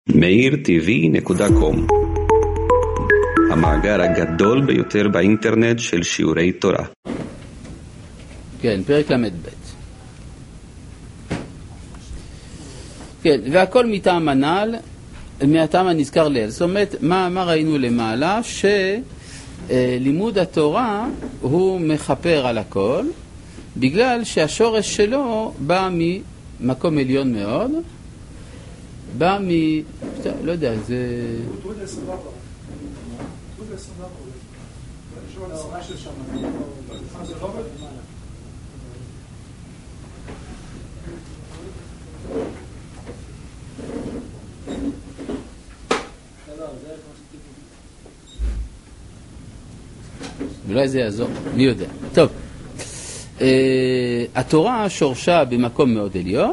meirtv.com, המאגר הגדול ביותר באינטרנט של שיעורי תורה. כן, פרק למד ב'. כן, והכל מטעם הנ"ל, מהטעם הנזכר לעיל. זאת אומרת, מה ראינו למעלה? שלימוד התורה הוא מחפר על הכל, בגלל שהשורש שלו בא ממקום עליון מאוד, בא לא יודע, זה... אולי זה יעזור, מי יודע. טוב, התורה שורשה במקום מאוד עליון,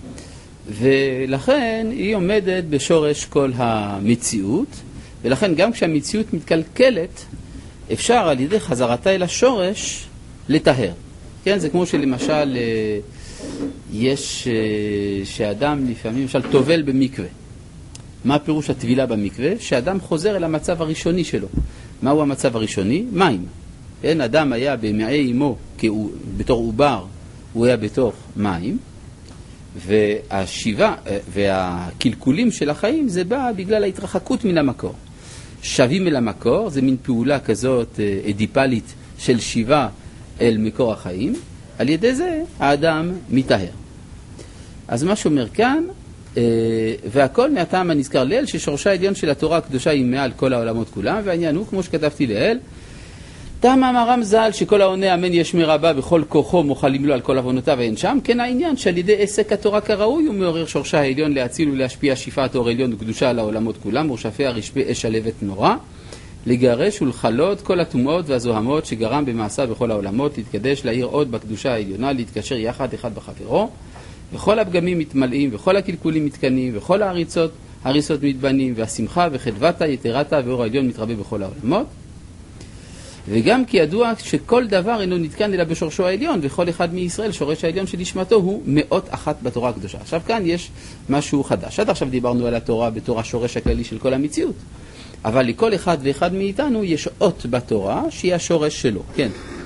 ולכן היא עומדת בשורש כל המציאות, ולכן גם כשהמציאות מתקלקלת, אפשר על ידי חזרתה אל השורש לטהר. כן, זה כמו שלמשל יש שאדם לפעמים למשל טובל במקווה. מה פירוש הטבילה במקווה? שאדם חוזר אל המצב הראשוני שלו. מהו המצב הראשוני? מים. כן, אדם היה במעי אמו בתור עובר, הוא היה בתוך מים, והשיבה והקלקולים של החיים זה בא בגלל ההתרחקות מן המקור. שבים אל המקור, זה מין פעולה כזאת אדיפלית של שיבה אל מקור החיים, על ידי זה האדם מתאר. אז מה שאומר כאן, והכל מהטעם הנזכר לעיל, ששורשה העליון של התורה הקדושה היא מעל כל העולמות כולם, והעניין הוא, כמו שכתבתי לעיל, טעם אמרם ז"ל שכל העונה אמן יש מרבה בכל כוחו מוכלים לו על כל עוונותיו אין שם, כן העניין שעל ידי עסק התורה כראוי הוא מעורר שורשה העליון להציל ולהשפיע שפעת אור עליון וקדושה על העולמות כולם, ורשפיה רשפי אש הלבת נורא, לגרש ולחלות כל הטומאות והזוהמות שגרם במעשה בכל העולמות, להתקדש להעיר עוד בקדושה העליונה, להתקשר יחד אחד בחברו, וכל הפגמים מתמלאים וכל הקלקולים מתקנים וכל ההריסות מתבנים, והשמחה וחדוותה יתרתה ואור העליון מתרבה בכל העולמות. וגם כי ידוע שכל דבר אינו נתקן אלא בשורשו העליון, וכל אחד מישראל שורש העליון של נשמתו הוא מאות אחת בתורה הקדושה. עכשיו כאן יש משהו חדש. עד עכשיו דיברנו על התורה בתור השורש הכללי של כל המציאות, אבל לכל אחד ואחד מאיתנו יש אות בתורה שהיא השורש שלו. כן.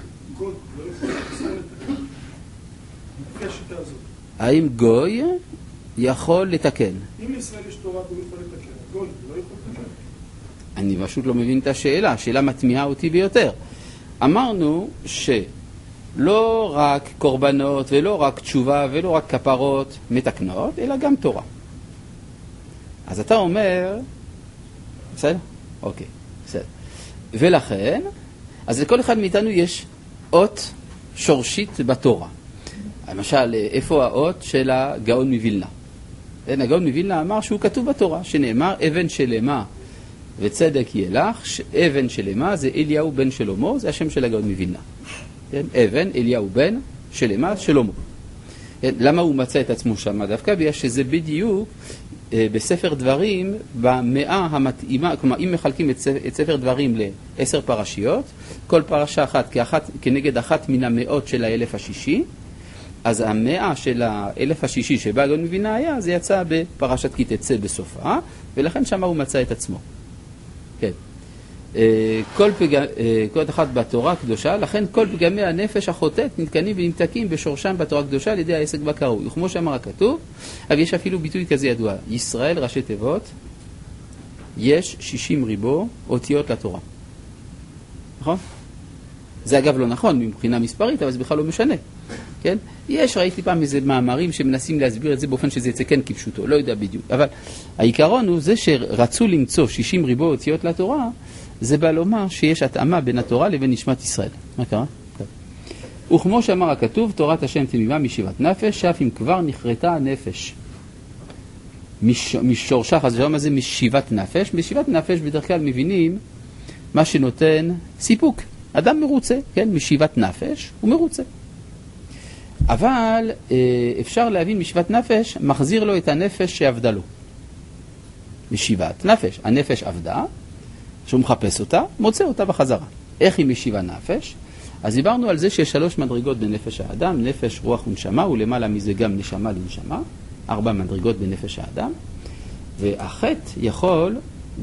האם גוי יכול לתקן? אם ישראל יש תורה הוא יכול לתקן, גוי לא יכול לתקן. אני פשוט לא מבין את השאלה, השאלה מטמיעה אותי ביותר. אמרנו שלא רק קורבנות ולא רק תשובה ולא רק כפרות מתקנות, אלא גם תורה. אז אתה אומר, בסדר? אוקיי, בסדר. ולכן, אז לכל אחד מאיתנו יש אות שורשית בתורה. למשל, איפה האות של הגאון מווילנה? הגאון מווילנה אמר שהוא כתוב בתורה, שנאמר אבן שלמה וצדק ילך, אבן שלמה זה אליהו בן שלמה, זה השם של הגאון מווילנה. אבן, אליהו בן שלמה, שלמה. למה הוא מצא את עצמו שם? דווקא בגלל שזה בדיוק בספר דברים במאה המתאימה, כלומר אם מחלקים את ספר דברים ל10 פרשיות, כל פרשה אחת כנגד אחת מן המאות של האלף השישי, אז המאה של האלף השישי שבה הגאון מווילנה היה, זה יצא בפרשת כי תצא בסופה, ולכן שם הוא מצא את עצמו. כן. כל אחת בתורה הקדושה, לכן כל פגמי הנפש החוטאת נתקנים ונמתקים בשורשם בתורה הקדושה על ידי העסק בקרוי. וכמו שאמר הכתוב, אבל יש אפילו ביטוי כזה ידוע, ישראל ראשי תיבות, יש 60 ריבו אותיות לתורה. נכון? זה אגב לא נכון מבחינה מספרית, אבל זה בכלל לא משנה. כן? ראיתי פעם איזה מאמרים שמנסים להסביר את זה באופן שזה יצא כן כפשוטו, לא יודע בדיוק. אבל העיקרון הוא זה שרצו למצוא 60 ריבו אותיות לתורה, זה בא לומר שיש התאמה בין התורה לבין נשמת ישראל. מה קרה? טוב. וכמו שאמר הכתוב, תורת השם תמימה משיבת נפש, שאף אם כבר נחרטה הנפש. משורשה חס ושלום הזה משיבת נפש. משיבת נפש בדרך כלל מבינים מה שנותן סיפוק. אדם מרוצה, כן? משיבת נפש הוא מרוצה. אבל אפשר להבין משיבת נפש, מחזיר לו את הנפש שעבדה לו. משיבת נפש. הנפש עבדה, שהוא מחפש אותה, מוצא אותה בחזרה. איך היא משיבה נפש? אז דיברנו על זה שיש 3 מדרגות בנפש האדם, נפש, רוח ונשמה, ולמעלה מזה גם נשמה לנשמה, 4 מדרגות בנפש האדם. והחטא יכול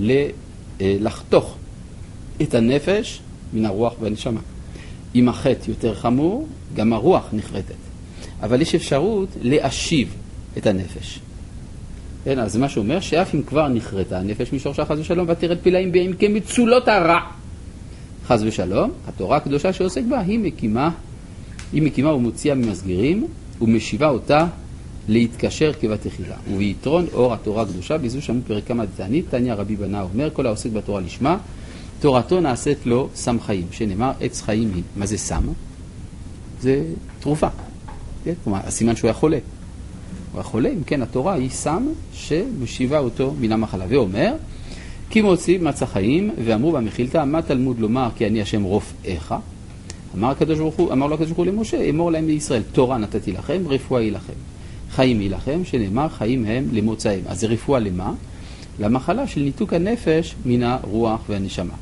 לחתוך את הנפש מן הרוח והנשמה. אם החטא יותר חמור, גם הרוח נחרטת. אבל יש אפשרות להשיב את הנפש. כן, אז מה שאומר שאף אם כבר נחרטה הנפש משורשה חס ושלום ותרד פלאים בים כמצולות הרע חס ושלום, התורה הקדושה שעוסק בה היא מקימה ומוציאה ממסגרים ומשיבה אותה להתקשר כבתחילה. וביתרון אור התורה הקדושה בזו שמעו פרק כמה דתענית, תניא רבי בנה אומר כל העוסק בתורה לשמה תורתו נעשית לו סם חיים, שנאמר עץ חיים היא. מה זה סם? זה תרופה. כן? כלומר, הסימן שהוא היה חולה. הוא היה חולה, אם כן התורה היא סם שמשיבה אותו מן המחלה. ואומר, כי מוציא מצא חיים ואמרו במחילתא מה תלמוד לומר כי אני השם רופאיך. אמר לו הקדוש ברוך הוא למשה, אמור להם לישראל, תורה נתתי לכם, רפואה היא לכם. חיים היא לכם, שנאמר חיים הם למוצאים. אז זה רפואה למה? למחלה של ניתוק הנפש מן הרוח והנשמה.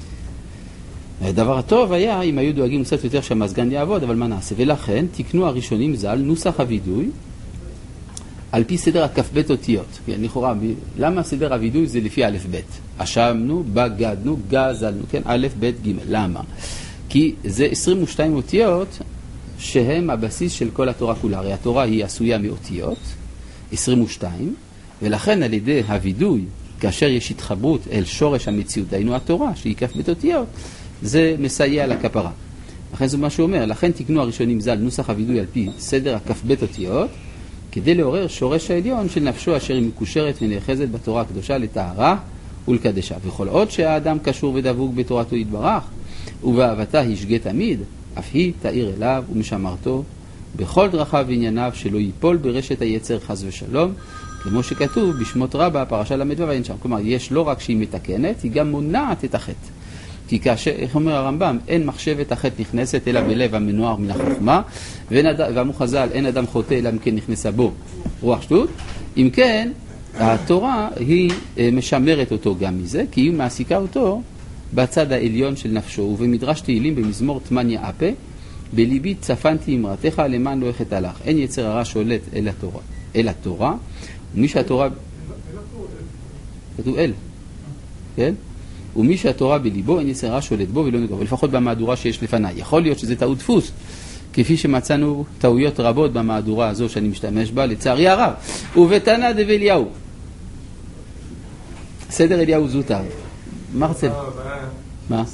הדבר הטוב היה אם היו דואגים קצת יותר שהמזגן יעבוד, אבל מה נעשה? ולכן תקנו הראשונים ז"ל נוסח הווידוי על פי סדר הכ"ב אותיות. כן, לכאורה, למה סדר הווידוי זה לפי א' ב'? אשמנו, בגדנו, גזלנו, כן, א' ב' ג'. למה? כי זה 22 אותיות שהם הבסיס של כל התורה כולה. הרי התורה היא עשויה מאותיות, 22, ולכן על ידי הווידוי, כאשר יש התחברות אל שורש המציאות, היינו התורה, שהיא כ"ב אותיות, זה מסייע לכפרה. לכן זה מה שהוא אומר, לכן תקנו הראשונים ז"ל נוסח הווידוי על פי סדר הכ"ב אותיות, כדי לעורר שורש העליון של נפשו אשר היא מקושרת ונאחזת בתורה הקדושה לטהרה ולקדשה. וכל עוד שהאדם קשור ודבוק בתורתו יתברך, ובאהבתה ישגה תמיד, אף היא תאיר אליו ומשמרתו בכל דרכיו וענייניו שלא ייפול ברשת היצר חס ושלום, כמו שכתוב בשמות רבה, פרשה למדווה ואין שם. כלומר, יש לא רק שהיא מתקנת, היא גם מונעת את החטא. כי כאשר, איך אומר הרמב"ם, אין מחשבת החטא נכנסת אלא בלב המנוער מן החוכמה, ואמרו חז"ל, אין אדם חוטא אלא אם כן נכנסה בו רוח שטות. אם כן, התורה היא משמרת אותו גם מזה, כי היא מעסיקה אותו בצד העליון של נפשו. ובמדרש תהילים במזמור תמניה אפה, בליבי צפנתי אמרתך למען לא אחטא לך. אין יצר הרע שולט אל התורה, ומי שהתורה... כתוב אל, כן? ומי שהתורה בליבו אין יצר הרע שולט בו ולא נגוע. ולפחות במהדורה שיש לפניי. יכול להיות שזה טעות דפוס, כפי שמצאנו טעויות רבות במהדורה הזו שאני משתמש בה, לצערי הרב. ובתנא דאליהו. סדר אליהו זוטר. מה רצה? מה?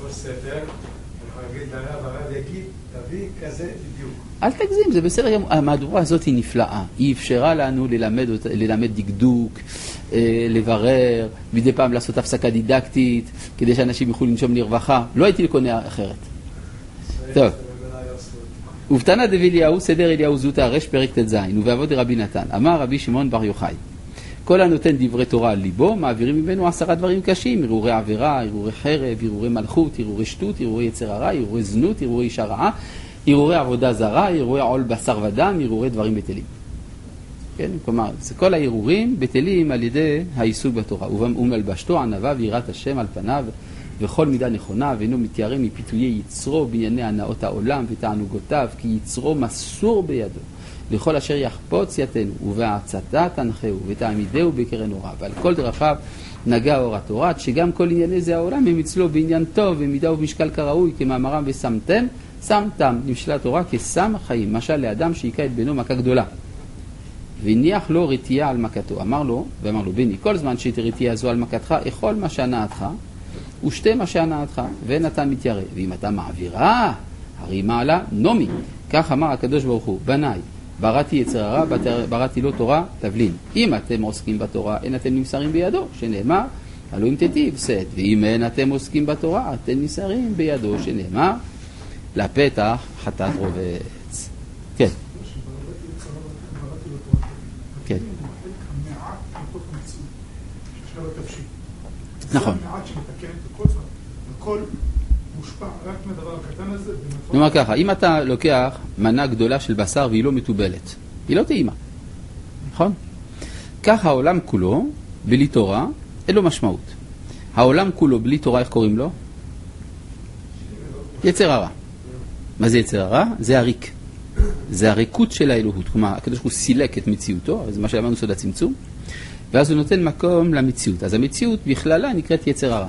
אל תגזים, זה בסדר. המהדורה הזאת היא נפלאה. היא אפשרה לנו ללמד דקדוק, לברר, מדי פעם לעשות הפסקה דידקטית, כדי שאנשים יוכלו לנשום לרווחה. לא הייתי לקונה אחרת. טוב. ובתנא דאליהו, סדר אליהו זוטר, רש פרק ט"ז, ובעבוד רבי נתן. אמר רבי שמעון בר יוחאי, כל הנותן דברי תורה על ליבו, מעבירים ממנו 10 דברים קשים, הרהורי עבירה, הרהורי חרב, הרהורי מלכות, הרהורי שטות, הרהורי יצר הרע, הרהורי זנות, הרהורי אישה רעה, הרהורי עבודה זרה, הרהורי עול בשר ודם, הרהורי דברים בטלים. כן? כלומר, זה כל ההרהורים בטלים על ידי העיסוק בתורה. ומלבשתו ענווה ויראת השם על פניו, וכל מידה נכונה, ואינו מתיירא מפיתויי יצרו בענייני הנאות העולם ותענוגותיו, כי יצרו מסור בידו. לכל אשר יחפוץ יתנו, ובהעצתה תנחהו, ותעמידהו בקרן אורה. ועל כל דרכיו נגע אור התורה, שגם כל ענייני זה העולם הם אצלו בעניין טוב, ומידה ובמשקל כראוי, כמאמרם ושמתם, שמתם, נמשלה התורה כסם החיים. משל לאדם שהיכה את בנו מכה גדולה. והניח לו רתיעה על מכתו. אמר לו, בני, כל זמן שאת רתיעה זו על מכתך, אכול מה שהנאתך, ושתה מה שהנאתך, ואין אתה מתיירא. ואם אתה מעבירה, הרי מעלה נומי. כך אמר הקדוש ברוך הוא, בניי, בראתי יצר הרע, בראתי לו תורה תבלין. אם אתם עוסקים בתורה, אין אתם נמסרים בידו, שנאמר, הלא אם תטיב שאת. ואם אין אתם עוסקים בתורה, אתם נמסרים בידו, שנאמר, לפתח חטאת רובץ. כן. כן. נכון. הכל מושפע רק מהדבר הקטן הזה. נאמר ככה, אם אתה לוקח מנה גדולה של בשר והיא לא מטובלת, היא לא טעימה. נכון? כך העולם כולו, בלי תורה, אין לו משמעות. העולם כולו בלי תורה, איך קוראים לו? יצר הרע. מה זה יצר הרע? זה הריק. זה הריקות של האלוהות. כלומר, הקדוש הוא סילק את מציאותו, זה מה שאמרנו סוד הצמצום. ואז הוא נותן מקום למציאות. אז המציאות בכללה נקראת יצר הרע.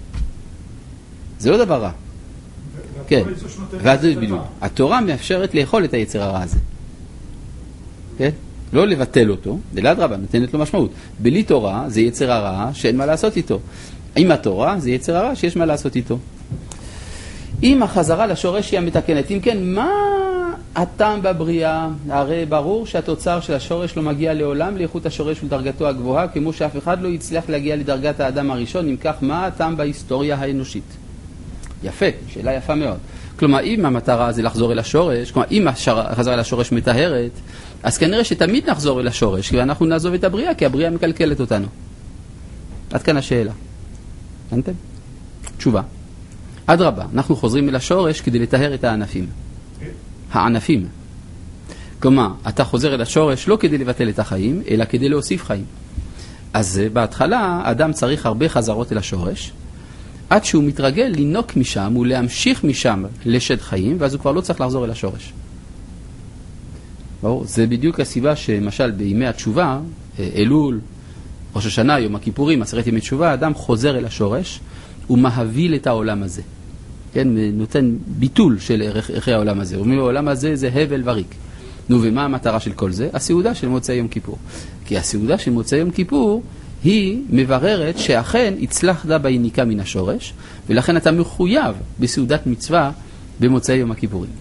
זה לא דבר רע. כן. ואז בדיוק. התורה מאפשרת לאכול את היצר הרע הזה. כן? לא לבטל אותו, אלא אדרבה, נותנת לו משמעות. בלי תורה זה יצר הרע שאין מה לעשות איתו. עם התורה זה יצר הרע שיש מה לעשות איתו. אם החזרה לשורש היא המתקנת, אם כן, מה הטעם בבריאה? הרי ברור שהתוצר של השורש לא מגיע לעולם לאיכות השורש ולדרגתו הגבוהה, כמו שאף אחד לא יצליח להגיע לדרגת האדם הראשון. אם כך, מה הטעם בהיסטוריה האנושית? יפה, שאלה יפה מאוד. כלומר, אם המטרה זה לחזור אל השורש, כלומר, אם החזרה אל השורש מטהרת, אז כנראה שתמיד נחזור אל השורש, כי אנחנו נעזוב את הבריאה, כי הבריאה מקלקלת אותנו. עד כאן השאלה. הבנתם? תשובה. אדרבה, אנחנו חוזרים אל השורש כדי לטהר את הענפים. הענפים. כלומר, אתה חוזר אל השורש לא כדי לבטל את החיים, אלא כדי להוסיף חיים. אז בהתחלה, אדם צריך הרבה חזרות אל השורש, עד שהוא מתרגל לנוק משם ולהמשיך משם לשד חיים, ואז הוא כבר לא צריך לחזור אל השורש. ברור, זה בדיוק הסיבה שמשל בימי התשובה, אלול, ראש השנה, יום הכיפורים, 10 ימי תשובה, האדם חוזר אל השורש ומהביל את העולם הזה. כן, נותן ביטול של ערכי העולם הזה. הוא אומר, העולם הזה זה הבל וריק. נו, ומה המטרה של כל זה? הסעודה של מוצאי יום כיפור. כי הסעודה של מוצאי יום כיפור היא מבררת שאכן הצלחת ביניקה מן השורש, ולכן אתה מחויב בסעודת מצווה במוצאי יום הכיפורים.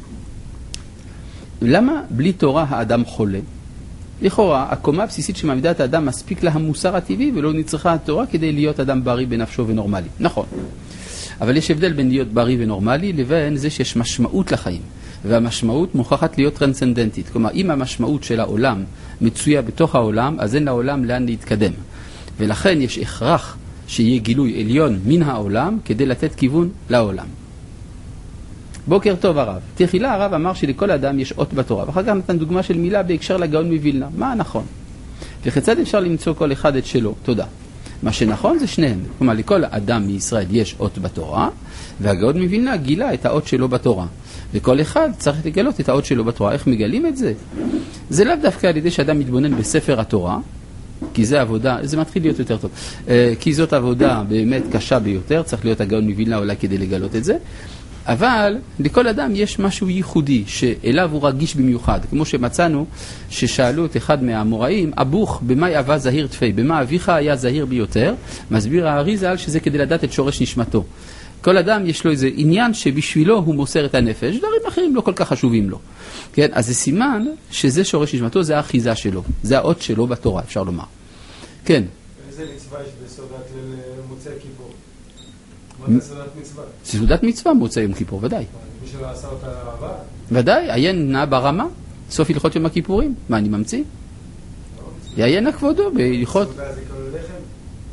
למה בלי תורה האדם חולה? לכאורה, הקומה הבסיסית שמעמידה את האדם מספיק לה המוסר הטבעי, ולא נצריכה התורה כדי להיות אדם בריא בנפשו ונורמלי. נכון. אבל יש הבדל בין להיות בריא ונורמלי לבין זה שיש משמעות לחיים. והמשמעות מוכרחת להיות טרנסצנדנטית. כלומר, אם המשמעות של העולם מצויה בתוך העולם, אז אין לעולם לאן להתקדם. ולכן יש הכרח שיהיה גילוי עליון מן העולם כדי לתת כיוון לעולם. בוקר טוב הרב. תחילה הרב אמר שלכל אדם יש אות בתורה, ואחר כך נתן דוגמה של מילה בהקשר לגאון מווילנה. מה נכון? וכיצד אפשר למצוא כל אחד את שלו? תודה. מה שנכון זה שניהם. כלומר, לכל אדם מישראל יש אות בתורה, והגאון מווילנה גילה את האות שלו בתורה. וכל אחד צריך לגלות את האות שלו בתורה. איך מגלים את זה? זה לאו דווקא על ידי שאדם מתבונן בספר התורה, כי זה עבודה, זה מתחיל להיות יותר טוב. כי זאת עבודה באמת קשה ביותר, צריך להיות הגאון מווילנה אולי כדי לגלות את זה. אבל לכל אדם יש משהו ייחודי שאליו הוא רגיש במיוחד. כמו שמצאנו ששאלו את אחד מהאמוראים, אבוך, במה אהבה זהיר תפי? במה אביך היה זהיר ביותר? מסביר הארי ז"ל שזה כדי לדעת את שורש נשמתו. כל אדם יש לו איזה עניין שבשבילו הוא מוסר את הנפש, דברים אחרים לא כל כך חשובים לו. כן? אז זה סימן שזה שורש נשמתו, זה האחיזה שלו, זה האות שלו בתורה, אפשר לומר. כן. איזה מצווה יש בסעודת למוצאי כיפור? מה זה סעודת מצווה? סעודת מצווה מוצאי יום כיפור, ודאי. מי שלא עשה אותה רבה? ודאי, עיין נא ברמה, סוף הלכות יום הכיפורים. מה, אני ממציא? יעיין נא כבודו בהלכות. סעודה זה כל לחם?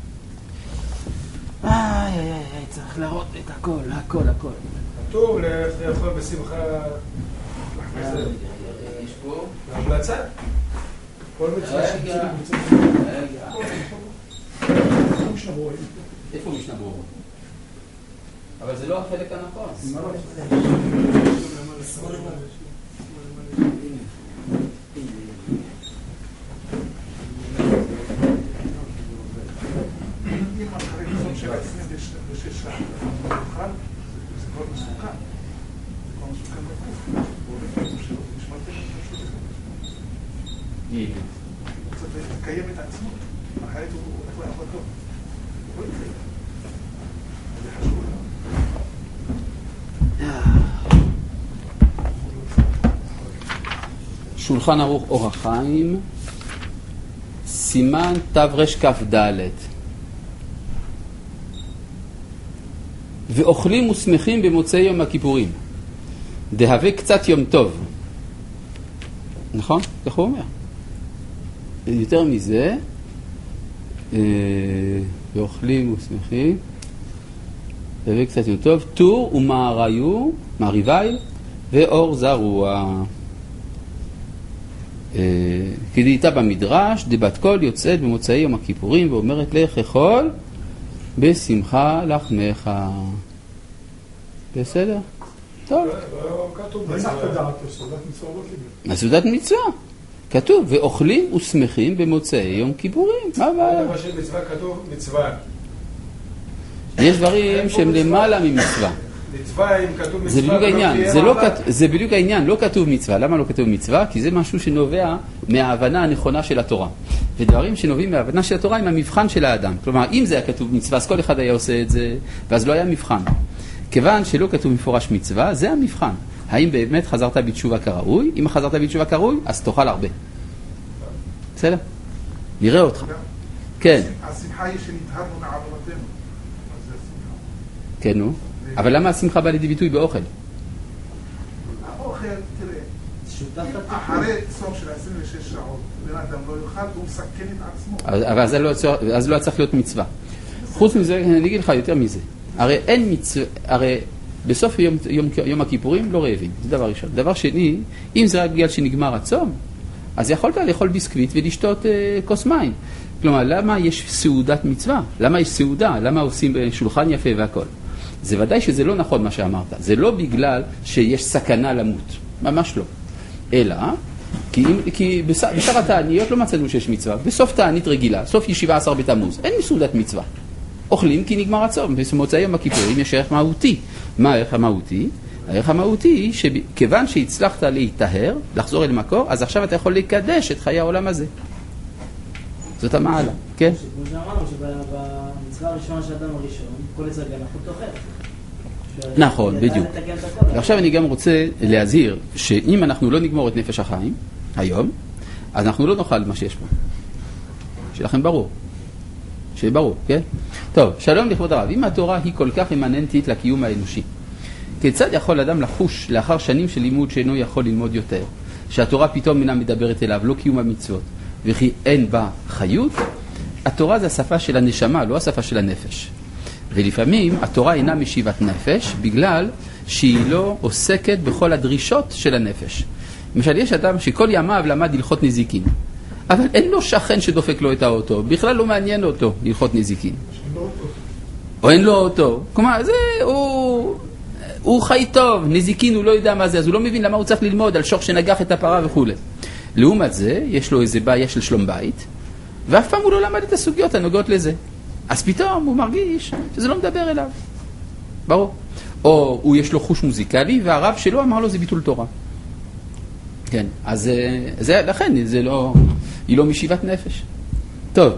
צריך להראות את הכל. כתוב לאכול בשמחה. יש פה המלצה. כל מצווה איפה משנה ברורה? אבל זה לא החלק הנכון. לקיים את העצמות, אחרת הוא הולך לעבוד טוב. זה חשוב. שולחן ערוך אור החיים, סימן תרכ"ד. ואוכלים ושמחים במוצאי יום הכיפורים, דהווה קצת יום טוב. נכון? כך הוא אומר. יותר מזה, ואוכלים ושמחים, דהווה קצת יום טוב, טור ומעריבי ואור זרוע. כדאיתה במדרש, דבת קול יוצאת במוצאי יום הכיפורים ואומרת לך אכול בשמחה לחמך. בסדר? טוב. לא כתוב בסעודת מצווה. סעודת מצווה. כתוב, ואוכלים ושמחים במוצאי יום כיפורים. מה הבעיה? אבל של מצווה כתוב מצווה. יש דברים שהם למעלה ממצווה. מצווה, אם כתוב מצווה... זה בדיוק העניין, זה בדיוק העניין, לא כתוב מצווה. למה לא כתוב מצווה? כי זה משהו שנובע מההבנה הנכונה של התורה. ודברים שנובעים מההבנה של התורה הם המבחן של האדם. כלומר, אם זה היה כתוב מצווה, אז כל אחד היה עושה את זה, ואז לא היה מבחן. כיוון שלא כתוב מפורש מצווה, זה המבחן. האם באמת חזרת בתשובה כראוי? אם חזרת בתשובה כראוי, אז תאכל הרבה. בסדר? נראה אותך. כן. השמחה היא שנטהרנו מעוונותינו. אז זה השמחה. כן, נו. אבל למה השמחה באה לידי ביטוי באוכל? האוכל, תראה, אחרי סוף של 26 שעות, בן אדם לא יאכל, הוא מסכן את עצמו. אבל אז לא צריך להיות מצווה. חוץ מזה, אני אגיד לך יותר מזה. הרי אין מצווה, הרי בסוף יום הכיפורים לא רעבים, זה דבר ראשון. דבר שני, אם זה רק בגלל שנגמר הצום, אז יכולת לאכול ביסקוויט ולשתות כוס מים. כלומר, למה יש סעודת מצווה? למה יש סעודה? למה עושים שולחן יפה והכל? זה ודאי שזה לא נכון מה שאמרת. זה לא בגלל שיש סכנה למות. ממש לא. אלא, כי בשאר התעניות לא מצאנו שיש מצווה. בסוף תענית רגילה, סוף ישיבה 10 בתמוז, אין סעודת מצווה. אוכלים כי נגמר הצום. במוצאי יום הכיפורים יש ערך מהותי. מה הערך המהותי? הערך המהותי היא שכיוון שהצלחת להיטהר, לחזור אל מקור, אז עכשיו אתה יכול לקדש את חיי העולם הזה. זאת המעלה, כן? כמו שאמרנו, שבמצווה הראשונה של אדם הראשון, כל יצר גנח הוא תאכל. נכון, בדיוק. ועכשיו אני גם רוצה להזהיר שאם אנחנו לא נגמור את נפש החיים היום, אז אנחנו לא נאכל מה שיש פה. שלכם ברור. שיהיה ברור, כן? טוב, שלום לכבוד הרב. אם התורה היא כל כך אימננטית לקיום האנושי, כיצד יכול אדם לחוש לאחר שנים של לימוד שאינו יכול ללמוד יותר, שהתורה פתאום אינה מדברת אליו, לא קיום המצוות, וכי אין בה חיות? התורה זה השפה של הנשמה, לא השפה של הנפש. ולפעמים התורה אינה משיבת נפש בגלל שהיא לא עוסקת בכל הדרישות של הנפש. למשל, יש אדם שכל ימיו למד הלכות נזיקין, אבל אין לו שכן שדופק לו את האוטו, בכלל לא מעניין אותו הלכות נזיקין. או אין לו אוטו. כלומר, הוא חי טוב, נזיקין הוא לא יודע מה זה, אז הוא לא מבין למה הוא צריך ללמוד על שור שנגח את הפרה וכו'. לעומת זה, יש לו איזה בעיה של שלום בית, ואף פעם הוא לא למד את הסוגיות הנוגעות לזה. אז פתאום הוא מרגיש שזה לא מדבר אליו. ברור. או הוא יש לו חוש מוזיקלי, והרב שלו אמר לו זה ביטול תורה. כן, אז זה, לכן היא לא משיבת נפש. טוב.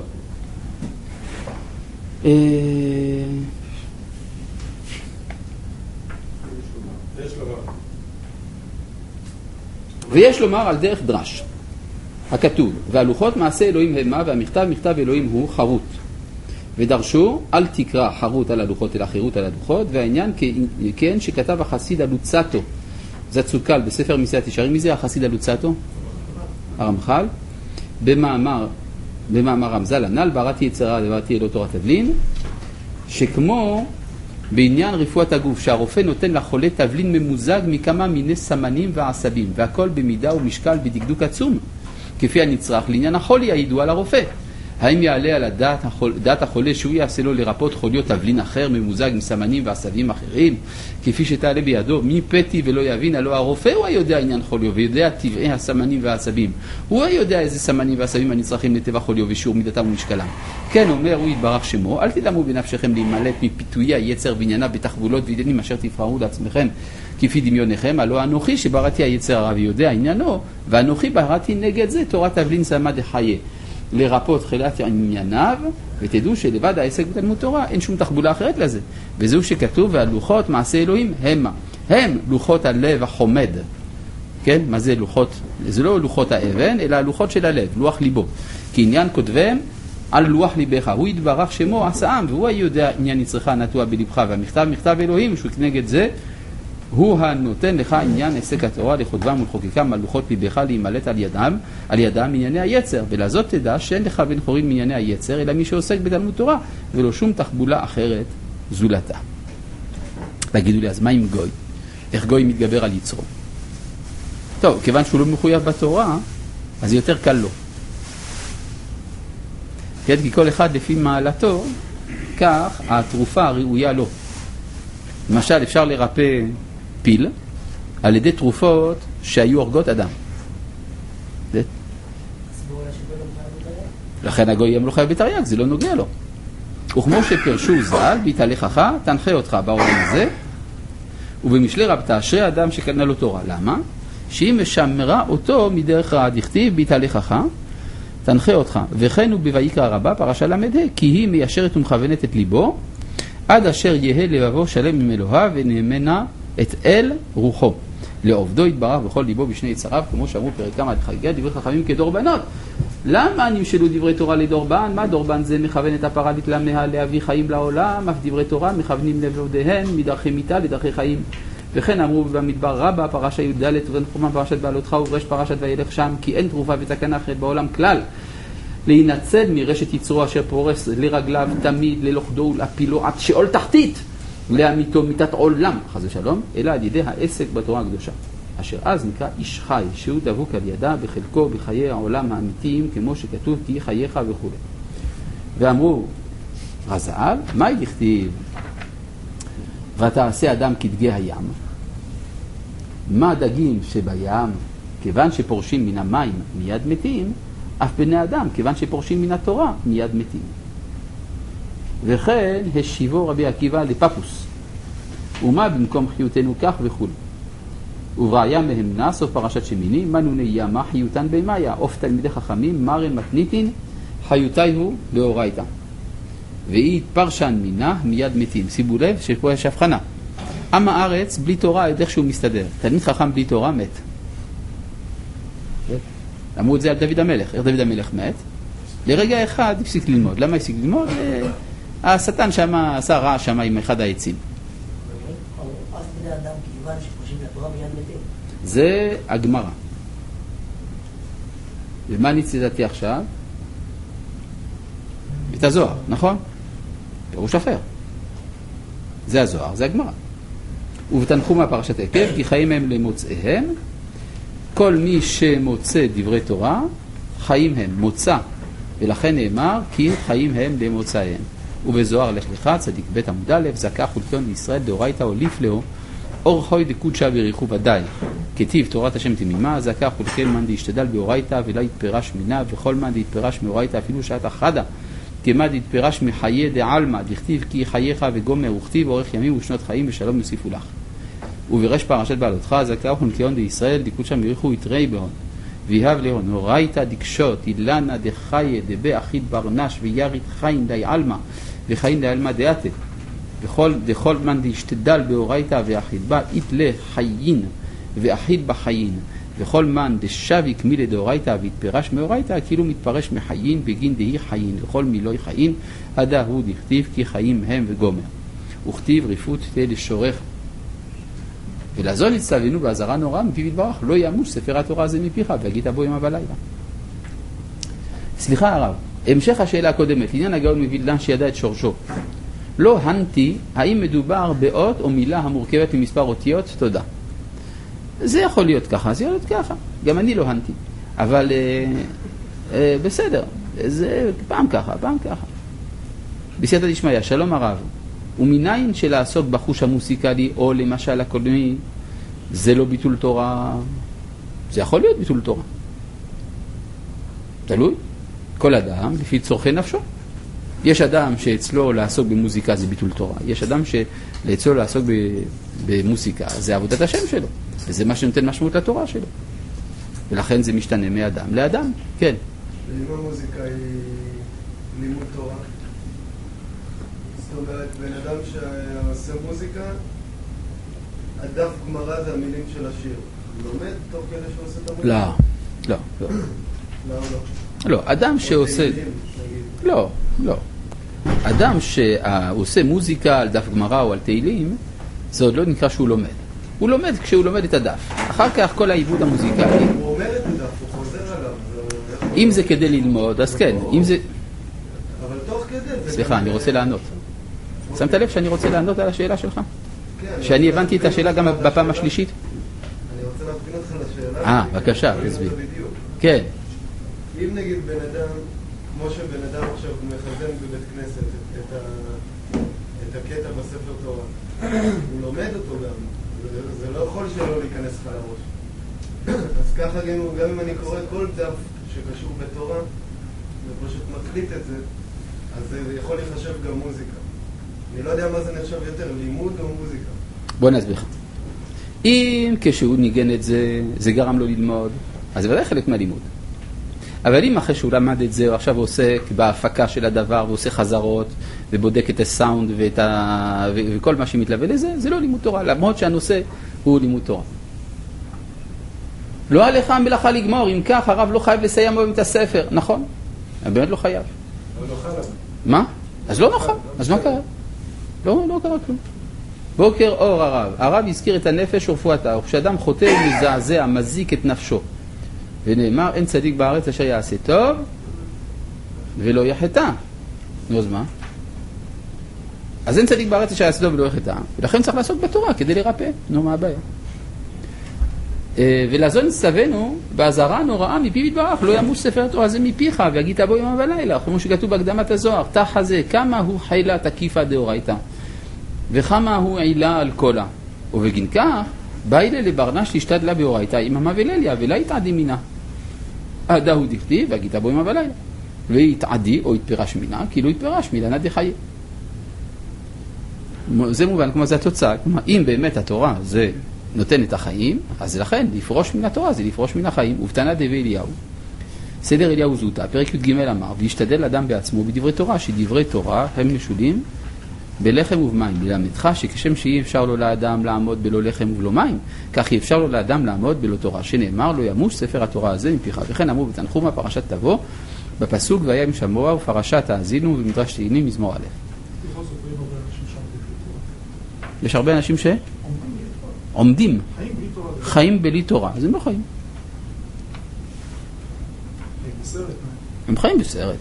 ויש לומר על דרך דרש, הכתוב, והלוחות מעשה אלוהים המה, והמכתב מכתב אלוהים הוא חרוט. ודרשו, אל תקרא חרוט על הלוחות אלא חירות על הלוחות, והעניין כן שכתב החסיד אלוצטו, זה צוקל בספר מסיעת ישרים. מי זה החסיד אלוצטו? הרמח"ל. במאמר רמז"ל הנ"ל, בראתי יצרה ובראתי אלוה תורת תבלין, שכמו בעניין רפואת הגוף, שהרופא נותן לחולה תבלין ממוזג מכמה מיני סמנים ועשבים, והכל במידה ומשקל בדקדוק עצום, כפי הנצרך לעניין החולי הידוע לרופא. האם יעלה על דעת החולה שהוא יעשה לו לרפות חוליו תבלין אחר ממוזג עם סמנים ועשבים אחרים, כפי שתעלה בידו, מי פתי ולא יבין? הלא הרופא הוא היודע עניין חוליו ויודע טבעי הסמנים והעשבים, הוא היודע איזה סמנים ועשבים הנצרכים לטבע חוליו ושיעור מידתם ומשקלם. כן, אומר הוא יתברך שמו, אל תדמו בנפשכם להימלט מפיתויי היצר וענייניו בתחבולות ועניינים אשר תבחרו לעצמכם כפי דמיונכם. הלא אנוכי שבראתי היצר הרע ויודע עניינו, ואנוכי בראתי נגד זה תורת תבלין סמא דחיה, לרפות חילת ענייניו, ותדעו שלבד העסק בתלמוד תורה אין שום תחבולה אחרת לזה. וזהו שכתוב, והלוחות מעשה אלוהים המה, הם לוחות הלב החומד. כן? מה זה לוחות? זה לא לוחות האבן, אלא לוחות של הלב, לוח ליבו. כי עניין כותבם על לוח ליבך, הוא יתברך שמו עשאם, והוא יודע עניין יצרך נטוע בלבך, והמכתב מכתב אלוהים, שהוא כנגד זה, הוא הנותן לך עניין עסק התורה לכותבם ולחוקקם על לוחות ליבך להימלט על ידם ענייני היצר, ולזאת תדע שאין לך בן חורין מענייני היצר אלא מי שעוסק בתלמוד תורה ולא שום תחבולה אחרת זולתה. תגידו לי, אז מה עם גוי? איך גוי מתגבר על יצרו? טוב, כיוון שהוא לא מחויב בתורה, אז יותר קל לו. כן, כי כל אחד לפי מעלתו, כך התרופה הראויה לו. למשל, אפשר לרפא פיל על ידי תרופות שהיו הורגות אדם. לכן הגויים לא חייב בתרי"ג, זה לא נוגע לו. וכמו שפרשו ז"ל, בהתהלכך, תנחה אותך בעולם הזה, ובמשלי רב תאשרי אדם שקנה לו תורה. למה? שהיא משמרה אותו מדרך רעה, דכתיב בהתהלכך, תנחה אותך. וכן הוא בויקרא רבה, פרשה ל"ה, כי היא מיישרת ומכוונת את ליבו, עד אשר יהא לבבו שלם עם אלוהיו, ונאמנה את אל רוחו. לעובדו יתברך בכל ליבו בשני יצריו, כמו שאמרו פרק כמה לחגיגה, דברי חכמים כדורבנות. למה נמשלו דברי תורה לדורבן? מה דורבן זה? מכוון את הפרה לתלמיה להביא חיים לעולם, אף דברי תורה מכוונים לבעודיהן מדרכי מיתה לדרכי חיים. וכן אמרו במדבר רבה, פרשה י"ד, ובנחומה פרשת בעלותך וברש פרשת וילך שם, כי אין תרופה ותקנה אחרת בעולם כלל. להינצל מרשת יצרו אשר פורס לרגליו תמיד, ללוכדו ולהפילו עד שאול תחתית, להמיתו מיתת עולם, חס ושלום, אלא על ידי העסק בתורה הקדושה. אשר אז נקרא איש חי, שהוא דבוק על ידה בחלקו בחיי העולם האמיתיים, כמו שכתוב תהי חייך וכו'. ואמרו רז"ל, מה דכתיב? ותעשה אדם כדגי הים. מה דגים שבים, כיוון שפורשים מן המים מיד מתים, אף בני אדם, כיוון שפורשים מן התורה מיד מתים. וכן השיבו רבי עקיבא לפפוס, ומה במקום חיותנו כך וכו'. ובראיה מהם סוף פרשת שמיני, מנוני ימה חיותן במאיה, עוף תלמידי חכמים, מרן מתניתין, חיותי הוא לאורייתא. והיא פרשן מינה מיד מתים. שימו לב שפה יש הבחנה. עם הארץ בלי תורה, איך שהוא מסתדר. תלמיד חכם בלי תורה מת. אמרו את זה על דוד המלך. איך דוד המלך מת? לרגע אחד הפסיק ללמוד. למה הפסיק ללמוד? השטן שם עשה רע שם עם אחד העצים. זה הגמרא. ומה אני ציטטתי עכשיו? את הזוהר, נכון? פירוש אחר. זה הזוהר, זה הגמרא. ובתנחומה פרשת עקב, כי חיים הם למוצאיהם, כל מי שמוצא דברי תורה, חיים הם מוצא, ולכן נאמר, כי חיים הם למוצאיהם. ובזוהר לך לך, צדיק בית עמוד א', זכה חולקיון לישראל דאורייתא הוליף לו, אור חוי דקודשא בריחו ודאי. כתיב תורת השם תמימה, זכה חולקי מן דהשתדל באורייתא ולא יתפרש מינה, וכל מן דהתפרש מאורייתא אפילו שעת אחדה. כמה דהתפרש מחיי דעלמא, דכתיב כי חייך וגומר, וכתיב אורך ימים ושנות חיים ושלום יוסיפו לך. ובראש פרשת בעלותך, זכה חולקיון דישראל דקודשא בריחו יתראי בהון. ויהב להון, אורייתא דקשות, אילנה דחיה דבה אחיד ברנש וירית חיין די עלמא, וחיין די עלמא דעתה. וכל מן דהשתדל באורייתא ואחיד בה, יתלה חיין ואחיד בחיין. וכל מן דשביק מילי דאורייתא והתפרש מאורייתא, כאילו מתפרש מחיין בגין דהי חיין. וכל מילוי חיין, עדה הוא דכתיב כי חיים הם וגומר. וכתיב ריפות תהיה לשורך. ולזו נצטווינו באזהרה נוראה מפיו יתברך, לא ימוש ספר התורה הזה מפיך, והגית בו ימה ולילה. סליחה הרב, המשך השאלה הקודמת, לעניין הגאון מווילנה שידע את שורשו. לא הנתי, האם מדובר באות או מילה המורכבת ממספר אותיות? תודה. זה יכול להיות ככה, זה יכול להיות ככה. גם אני לא הנתי. אבל בסדר, זה פעם ככה, פעם ככה. בסייעתא דשמיא, שלום הרב. ומניין שלעסוק בחוש המוסיקלי או למשל הקודמי, זה לא ביטול תורה. זה יכול להיות ביטול תורה. תלוי. כל אדם לפי צורכי נפשו. יש אדם שאצלו לעסוק במוזיקה זה ביטול תורה. יש אדם שאצלו לעסוק במוסיקה זה עבודת השם שלו. וזה מה שנותן משמעות לתורה שלו. ולכן זה משתנה מאדם לאדם. כן. ואם המוזיקה היא לימוד תורה? זאת אומרת, בן אדם שעושה מוזיקה, הדף גמרא זה המילים של השיר. הוא לומד תוך כדי שהוא עושה את המוזיקה? לא, לא. למה לא? לא, אדם שעושה... לא, לא. אדם שעושה מוזיקה על דף גמרא או על תהילים, זה עוד לא נקרא שהוא לומד. הוא לומד כשהוא לומד את הדף. אחר כך כל העיבוד המוזיקלי... הוא אומר את הדף, הוא חוזר עליו. אם זה כדי ללמוד, אז כן. אם זה... אבל תוך כדי... סליחה, אני רוצה לענות. שמת לב שאני רוצה לענות על השאלה שלך? שאני הבנתי את השאלה גם בפעם השלישית? אני רוצה להבחין אותך לשאלה. בבקשה, תסביר. כן. אם נגיד בן אדם, כמו שבן אדם עכשיו מחזן בבית כנסת את הקטע בספר תורה, הוא לומד אותו גם. זה לא יכול שלא להיכנס לך לראש. אז ככה גם אם אני קורא כל דף שקשור בתורה, ופשוט מקליט את זה, אז זה יכול לחשב גם מוזיקה. אני לא יודע מה זה נחשב יותר, לימוד או מוזיקה. בוא נסביר. אם כשהוא ניגן את זה, זה גרם לו ללמוד, אז זה ודאי חלק מהלימוד. אבל אם אחרי שהוא למד את זה, הוא עכשיו עוסק בהפקה של הדבר, ועושה חזרות, ובודק את הסאונד וכל מה שמתלווה לזה, זה לא לימוד תורה, למרות שהנושא הוא לימוד תורה. לא עליך המלאכה לגמור, אם כך הרב לא חייב לסיים בו את הספר. נכון, באמת לא חייב. לא חייב. מה? אז לא נכון, אז מה קרה? לא קרה כלום. בוקר אור הרב הזכיר את הנפש ורפואתה, וכשאדם חוטא הוא מזעזע, מזיק את נפשו. ונאמר, אין צדיק בארץ אשר יעשה טוב ולא יחטא. אז מה? אז אין צדיק בארץ אשר יעשה טוב ולא יחטא, ולכן צריך לעסוק בתורה כדי לרפא. נו, מה הבעיה? ולזון נצטווינו באזהרה נוראה מפיו יתברך, לא ימוש ספר התורה הזה מפיך והגית בו יומם ולילה, כמו שכתוב בהקדמת הזוהר, תחזה כמה הוא חילה תקיפה דאורייתא וכמה הוא עילה על קולה, ובגין כך באי לה לברנש להשתדלה באורייתא יממה וליליה ולא יתעדי מינה עדה הוא דכתיב והגית בו יומם ולילה, ויתעדי או יתפרש מינה כאילו יתפרש מילנה דחייה. זה מובן כמו זה התוצאה, כלומר אם באמת התורה זה נותן את החיים, אז לכן לפרוש מן התורה זה לפרוש מן החיים. ובתנא דבי אליהו סדר אליהו זוטה פרק י"ג אמר, וישתדל אדם בעצמו בדברי תורה, שדברי תורה הם משולים בלחם ובמים, ללמדך שכשם שאי אפשר לו לאדם לעמוד בלא לחם ולא מים, כך אי אפשר לו לאדם לעמוד בלא תורה, שנאמר לא ימוש ספר התורה הזה מפיך. וכן אמרו בתנחומא פרשת תבוא בפסוק והיה עם שמוע ופרשת האזינו במדרש תהילים מזמור א'. יש הרבה אנשים שעומדים חיים בלי תורה, אז הם לא חיים. הם חיים בסרט.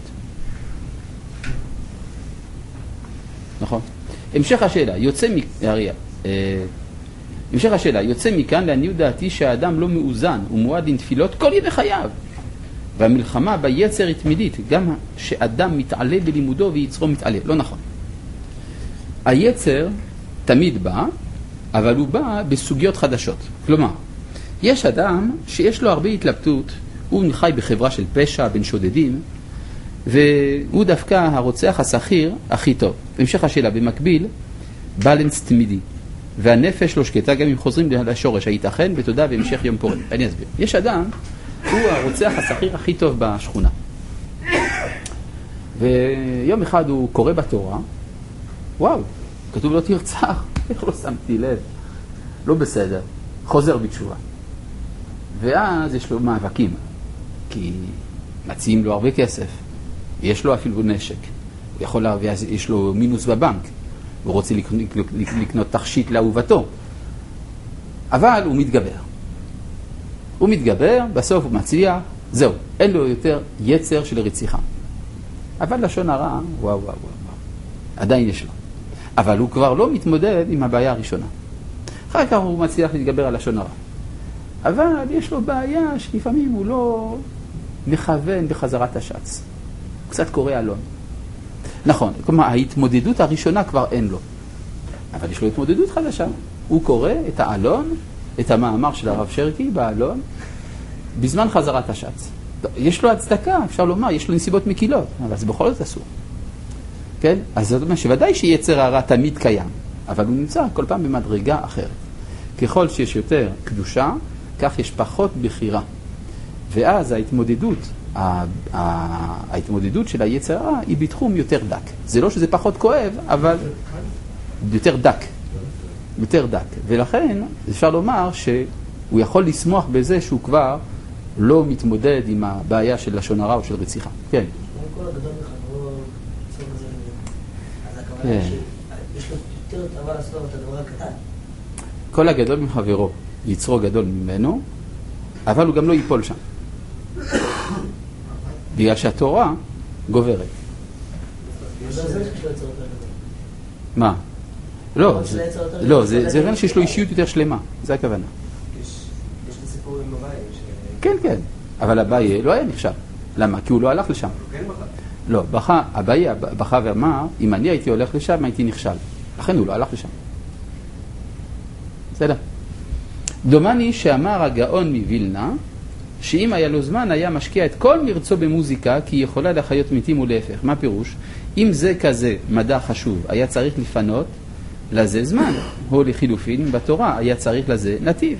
נכון. המשך השאלה יוצא מכאן לעניות דעתי שהאדם לא מאוזן ומועד לנפילות כל ימי חייו, והמלחמה ביצר היא תמידית, גם שאדם מתעלה בלימודו ויצרו מתעלה. לא נכון. היצר תמיד בא, אבל הוא בא בסוגיות חדשות. כלומר, יש אדם שיש לו הרבה התלבטות, הוא חי בחברה של פשע בין שודדים, והוא דווקא הרוצח השכיר הכי טוב. המשך השאלה, במקביל, בלנס תמידי, והנפש לא שקטה גם אם חוזרים לשורש, הייתכן בתודה והמשך יום פורה. אני אסביר. יש אדם, הוא הרוצח השכיר הכי טוב בשכונה. ויום אחד הוא קורא בתורה, וואו, כתוב לא תרצח, איך לא שמתי לב, לא בסדר, חוזר בתשובה. ואז יש לו מאבקים, כי מציעים לו הרבה כסף, יש לו אפילו נשק, הוא יכול להרוויח, יש לו מינוס בבנק, הוא רוצה לקנות תכשיט לאהובתו, אבל הוא מתגבר, בסוף הוא מצליח, זהו, אין לו יותר יצר של רציחה. אבל לשון הרע, וואו, עדיין יש לו. אבל הוא כבר לא מתמודד עם הבעיה הראשונה. אחר כך הוא מצליח להתגבר על לשון הרע. אבל יש לו בעיה שלפעמים הוא לא מכוון בחזרת השץ. קצת קורא אלון. נכון, כלומר ההתמודדות הראשונה כבר אין לו. אבל יש לו התמודדות חדשה. הוא קורא את האלון, את המאמר של הרב שרקי באלון, בזמן חזרת השץ. יש לו הצדקה, אפשר לומר, יש לו נסיבות מקילות, אבל זה בכל זאת אסור. כן? אז זאת אומרת שוודאי שיצר הרע תמיד קיים, אבל הוא נמצא כל פעם במדרגה אחרת. ככל שיש יותר קדושה, כך יש פחות בחירה. ואז ההתמודדות של היצר הרע היא בתחום יותר דק. זה לא שזה פחות כואב, אבל יותר דק. ולכן אפשר לומר שהוא יכול לשמוח בזה שהוא כבר לא מתמודד עם הבעיה של לשון הרע או של רציחה. כן. כל הגדול מחברו, אז הכוונה שיש לו יותר תאווה לעשות את הדבר הקטן. כל הגדול מחברו יצרו גדול ממנו, אבל הוא גם לא ייפול שם. בגלל שהתורה גוברת. מה? לא, זה רעיון שיש לו אישיות יותר שלמה, זה הכוונה. יש לי סיפור עם אביי. כן, אבל אביי לא היה נחשב. למה? כי הוא לא הלך לשם. לא, אביי בכה ואמר, אם אני הייתי הולך לשם, הייתי נכשל. לכן הוא לא הלך לשם. בסדר. דומני שאמר הגאון מווילנה, שאם היה לו זמן היה משקיע את כל מרצו במוזיקה, כי היא יכולה לחיות מתים ולהפך. מה פירוש? אם זה כזה מדע חשוב, היה צריך לפנות לזה זמן, או לחילופין בתורה, היה צריך לזה נתיב.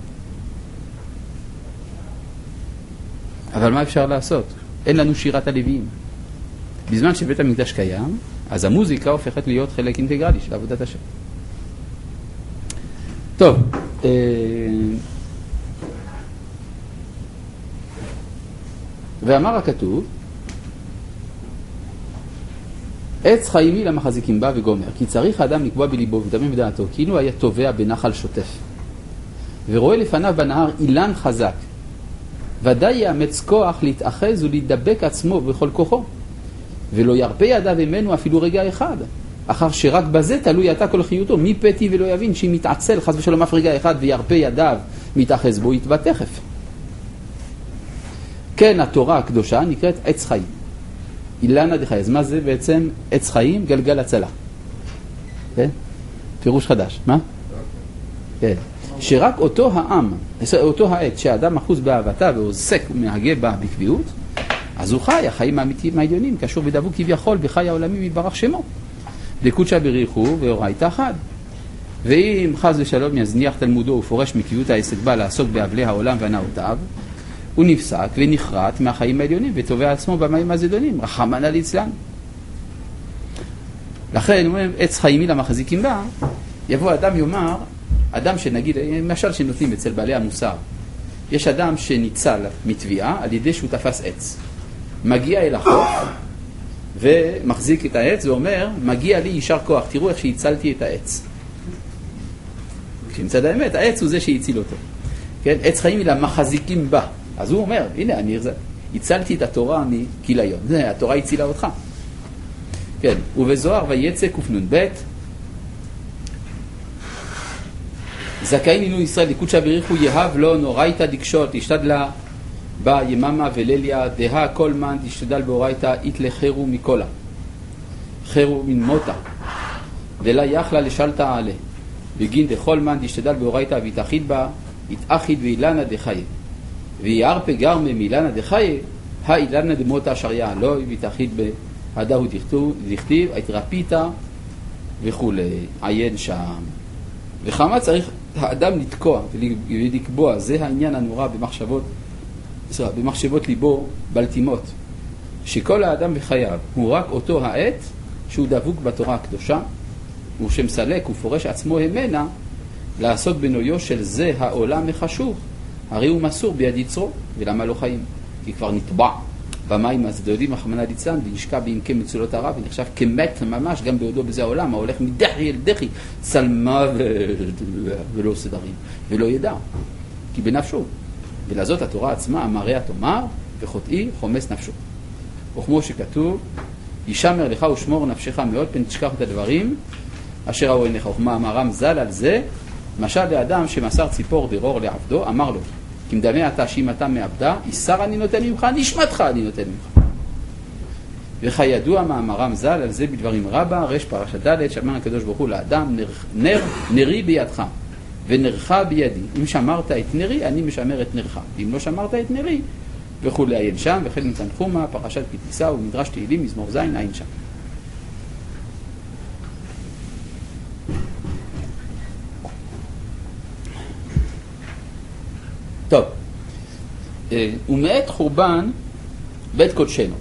אבל מה אפשר לעשות? אין לנו שירת הלוויים. בזמן שבית המקדש קיים, אז המוזיקה הופכת להיות חלק אינטגרלי של עבודת השם. טוב, ואמר הכתוב, עץ חיימי למחזיקים בה וגומר, כי צריך האדם לקבוע בליבו ודמים בדעתו, כאילו היה טובע בנחל שוטף, ורואה לפניו בנהר אילן חזק, ודאי יאמץ כוח להתאחז ולהידבק עצמו בכל כוחו, ולא ירפה ידיו ממנו אפילו רגע אחד, אחר שרק בזה תלוי עתה כל חיותו. מי פתי ולא יבין שאם יתעצל חס ושלום אף רגע אחד וירפה ידיו מתאחז בו, יתבע תכף. כן, התורה הקדושה נקראת עץ חיים, אילנה דחי. אז מה זה בעצם עץ חיים? גלגל הצלה. כן? פירוש חדש. מה? כן. שרק אותו העם, אותו העץ שהאדם אחוז באהבתה ועוסק ומהגה בה בקביעות, אז הוא חי, החיים האמיתיים העליונים, קשור ודבוק כביכול בחי העולמים יתברך שמו. דקודשא בריחו ואורייתא חד. ואם חס ושלום יזניח תלמודו ופורש מקביעות העסק בה לעסוק באבלי העולם והנאותיו, הוא נפסק ונחרט מהחיים העליונים ותובע עצמו במים הזדונים, רחמנא ליצלן. לכן הוא אומר, עץ חיימי למחזיקים בה, יבוא אדם יאמר, אדם שנגיד, למשל שנותנים אצל בעלי המוסר, יש אדם שניצל מתביעה על ידי שהוא תפס עץ. מגיע אל החוף ומחזיק את העץ ואומר, מגיע לי יישר כוח, תראו איך שהצלתי את העץ. כשמצד האמת, העץ הוא זה שהציל אותו. כן? עץ חיימי למחזיקים בה. אז הוא אומר, הנה, אני הצלתי את התורה מכיליון. התורה הצילה אותך. כן, ובזוהר ויצא קנ"ב, זכאי נינו ישראל לקודשא בריחו יהב לו נורייתא דקשות, השתדלה בה יממה וליליה, דהה כל מן תשתדל באורייתא יתלה חירו מקולה, חירו מן מותה, דלה יחלה לשלטה עלה, בגין דכל מן תשתדל באורייתא ויתאחיד בה, יתאחיד ואילנה דחיה, ויערפה גרמה מאילנה דחיה, האילנה דמותה אשריה, לא ויתאחיד בהדהו דכתיב, התרפיתא וכו', עיין שם. וכמה צריך האדם לתקוע ולקבוע, זה העניין הנורא במחשבות ליבו בלטימות, שכל האדם בחייו הוא רק אותו העט שהוא דבוק בתורה הקדושה, הוא שמסלק ופורש עצמו המנה לעשות בנויו של זה העולם החשוב, הרי הוא מסור ביד יצרו. ולמה לא חיים? כי כבר נטבע במים הזדונים רחמנא ליצלן ונשקע בעמקי מצולות הרע ונחשב כמת ממש גם בעודו בזה העולם, ההולך מדחי אל דחי, צלמה ולא סדרים ולא ידע, כי בנפשו. ולזאת התורה עצמה אמריה תאמר וחוטאי חומס נפשו, וכמו שכתוב, ישמר לך ושמור נפשך מאוד פן תשכח את הדברים אשר ראו עיניך. וכמה אמרם ז"ל על זה, משל לאדם שמסר ציפור דרור לעבדו, אמר לו, כי מדמה אתה שאם אתה מעבדה, איסר אני נותן ממך, נשמתך אני נותן ממך. וכידוע מאמרם ז"ל על זה בדברים רבה, רש פרשת ד', שאמר הקדוש ברוך הוא לאדם, נרי בידך ונרך בידי. אם שמרת את נרי, אני משמר את נרך. ואם לא שמרת את נרי, וכו' לעיין שם, וחל מתנחומה, פרשת כי תישא ומדרש תהילים, מזמור ז', עין שם. טוב, ומעת חורבן בית קודשנו.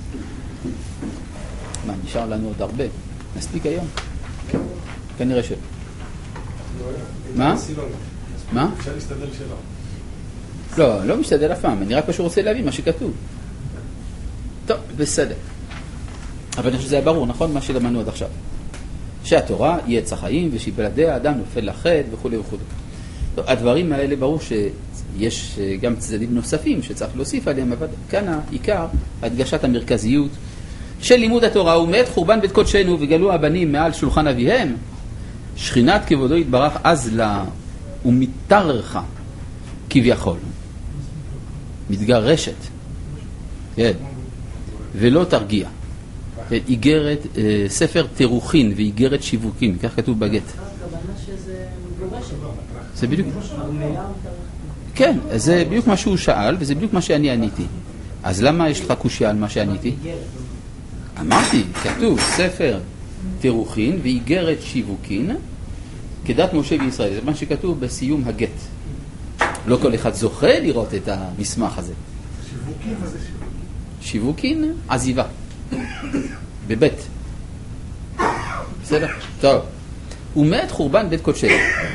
מה, נשאר לנו עוד הרבה? נספיק היום? כנראה שלא. מה? מה? אפשר להסתדל שלא. לא משתדל אף פעם, אני רק פשוט רוצה להבין מה שכתוב. טוב, בסדר. אבל אני חושב שזה היה ברור, נכון? מה שלמדנו עד עכשיו. שהתורה היא עץ החיים, ושבלעדי האדם נופל לחטא וכו' וכו'. הדברים האלה ברור שיש גם צדדים נוספים שצריך להוסיף עליהם, אבל כאן העיקר, הדגשת המרכזיות של לימוד התורה. ומעת חורבן בית קודשנו וגלו הבנים מעל שולחן אביהם, שכינת כבודו יתברך אז לה ומתרחה כביכול, מתגרשת, כן, ולא תרגיע. איגרת, ספר תירוכין ואיגרת שיווקים, כך כתוב בגט. הכוונה שזה מגורשת. זה בדיוק. כן, זה בדיוק מה שהוא שאל, וזה בדיוק מה שאני עניתי. אז למה יש לך קושיה על מה שעניתי? אמרתי, כתוב ספר תירוכין ואיגרת שיווקין כדת משה וישראל. זה מה שכתוב בסיום הגט. לא כל אחד זוכה לראות את המסמך הזה. שיווקין, מה זה שיווקין? שיווקין, עזיבה. בבית. בסדר? טוב. ומת חורבן בית קודשנו.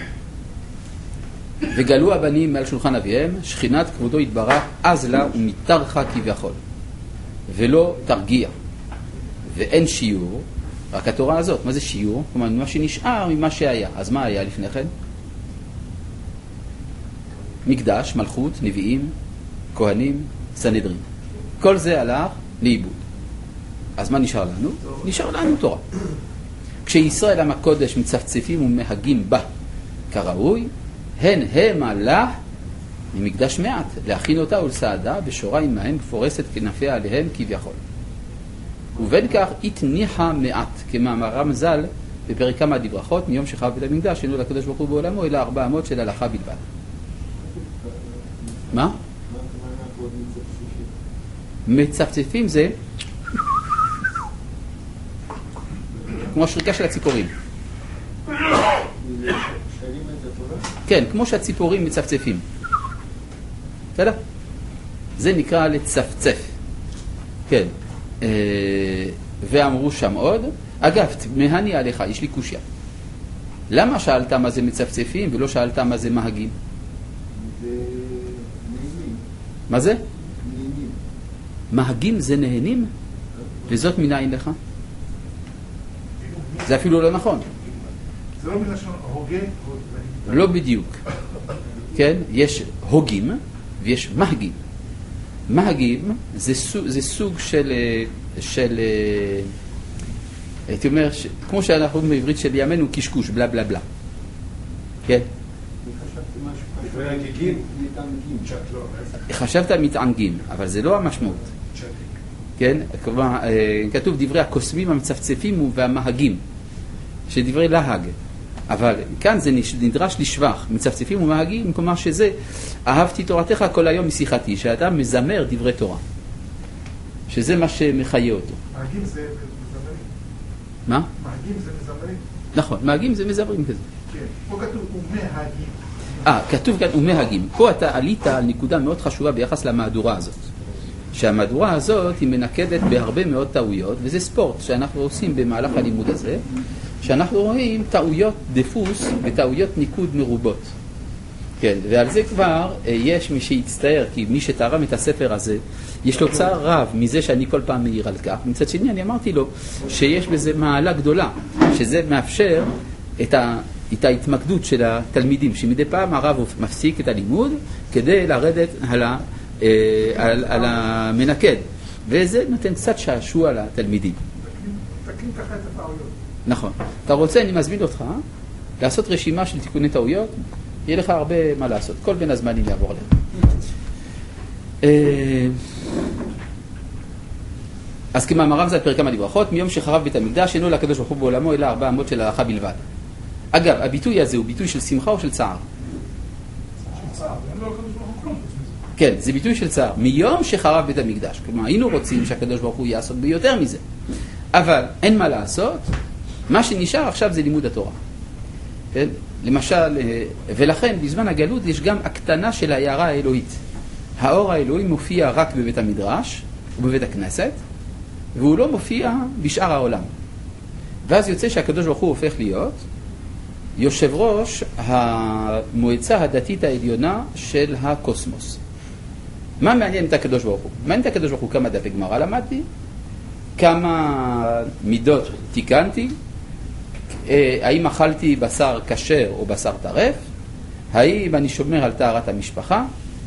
וגלו הבנים מעל שולחן אביהם, שכינת כבודו יתברך, אז לה ומתרחה כביכול. ולא תרגיע. ואין שיעור, רק התורה הזאת. מה זה שיעור? כלומר, מה שנשאר ממה שהיה. אז מה היה לפני כן? מקדש, מלכות, נביאים, כהנים, סנהדרין. כל זה הלך לאיבוד. אז מה נשאר לנו? נשאר לנו תורה. כשישראל עם הקודש מצפצפים ומהגים בה כראוי, הן הלך ממקדש מעט, להכין אותה ולסעדה בשורה עמהם פורסת כנפיה עליהם כביכול. ובין כך התניחה מעט, כמאמרם ז"ל בפרק כמה דברכות, מיום שחרב בית המקדש, שאינו לקדוש ברוך הוא בעולמו, אלא 400 של הלכה בלבד. מה? מצפצפים זה כמו השריקה של הציפורים. כן, כמו שהציפורים מצפצפים. בסדר? זה נקרא לצפצף. כן. ואמרו שם עוד, אגב, מהני עליך, יש לי קושיה. למה שאלת מה זה מצפצפים ולא שאלת מה זה מהגים? זה נהנים. מה זה? נהנים. מהגים זה נהנים? וזאת מנין לך? זה אפילו לא נכון. זה לא מלשון הוגה? לא בדיוק. כן? יש הוגים ויש מהגים. מהגים זה סוג של הייתי אומר, כמו שאנחנו אומרים בעברית של ימינו, קשקוש, בלה בלה בלה. כן? חשבת מתענגים, אבל זה לא המשמעות. כן? כלומר, כתוב דברי הקוסמים, המצפצפים והמהגים, שדברי להג. אבל כאן זה נדרש לשבח, מצפצפים ומהגים, כלומר שזה, אהבתי תורתך כל היום משיחתי, שאתה מזמר דברי תורה. שזה מה שמחיה אותו. מהגים זה מזמרים. מה? מהגים זה מזמרים. נכון, מהגים זה מזמרים כזה. כן, פה כתוב ומהגים. כתוב כאן ומהגים. פה אתה עלית על נקודה מאוד חשובה ביחס למהדורה הזאת. שהמהדורה הזאת היא מנקדת בהרבה מאוד טעויות, וזה ספורט שאנחנו עושים במהלך הלימוד הזה, שאנחנו רואים טעויות דפוס וטעויות ניקוד מרובות. כן, ועל זה כבר יש מי שיצטער, כי מי שתרם את הספר הזה, יש לו צער רב מזה שאני כל פעם מעיר על כך. מצד שני, אני אמרתי לו שיש בזה מעלה גדולה, שזה מאפשר את ההתמקדות של התלמידים, שמדי פעם הרב מפסיק את הלימוד כדי לרדת על המנקד, וזה נותן קצת שעשוע לתלמידים. תקלים ככה את הטעויות. נכון. אתה רוצה, אני מזמין אותך לעשות רשימה של תיקוני טעויות, יהיה לך הרבה מה לעשות. כל בין הזמנים יעבור עליהם. אז כמאמרם זה פרק כמה דברכות, מיום שחרב בית המקדש, אינו לקדוש ברוך הוא בעולמו, אלא 400 של הלכה בלבד. אגב, הביטוי הזה הוא ביטוי של שמחה או של צער? של צער, אין לו הקדוש ברוך הוא כלום. כן, זה ביטוי של צער. מיום שחרב בית המקדש. כלומר, היינו רוצים שהקדוש ברוך הוא יעסוק ביותר מזה. אבל אין מה לעשות, מה שנשאר עכשיו זה לימוד התורה. כן? למשל, ולכן בזמן הגלות יש גם הקטנה של ההערה האלוהית. האור האלוהי מופיע רק בבית המדרש ובבית הכנסת, והוא לא מופיע בשאר העולם. ואז יוצא שהקדוש ברוך הוא הופך להיות יושב ראש המועצה הדתית העליונה של הקוסמוס. מה מעניין את הקדוש ברוך הוא? מעניין את הקדוש ברוך הוא כמה דפי גמרא למדתי, כמה מידות תיקנתי, האם אכלתי בשר כשר או בשר טרף, האם אני שומר על טהרת המשפחה,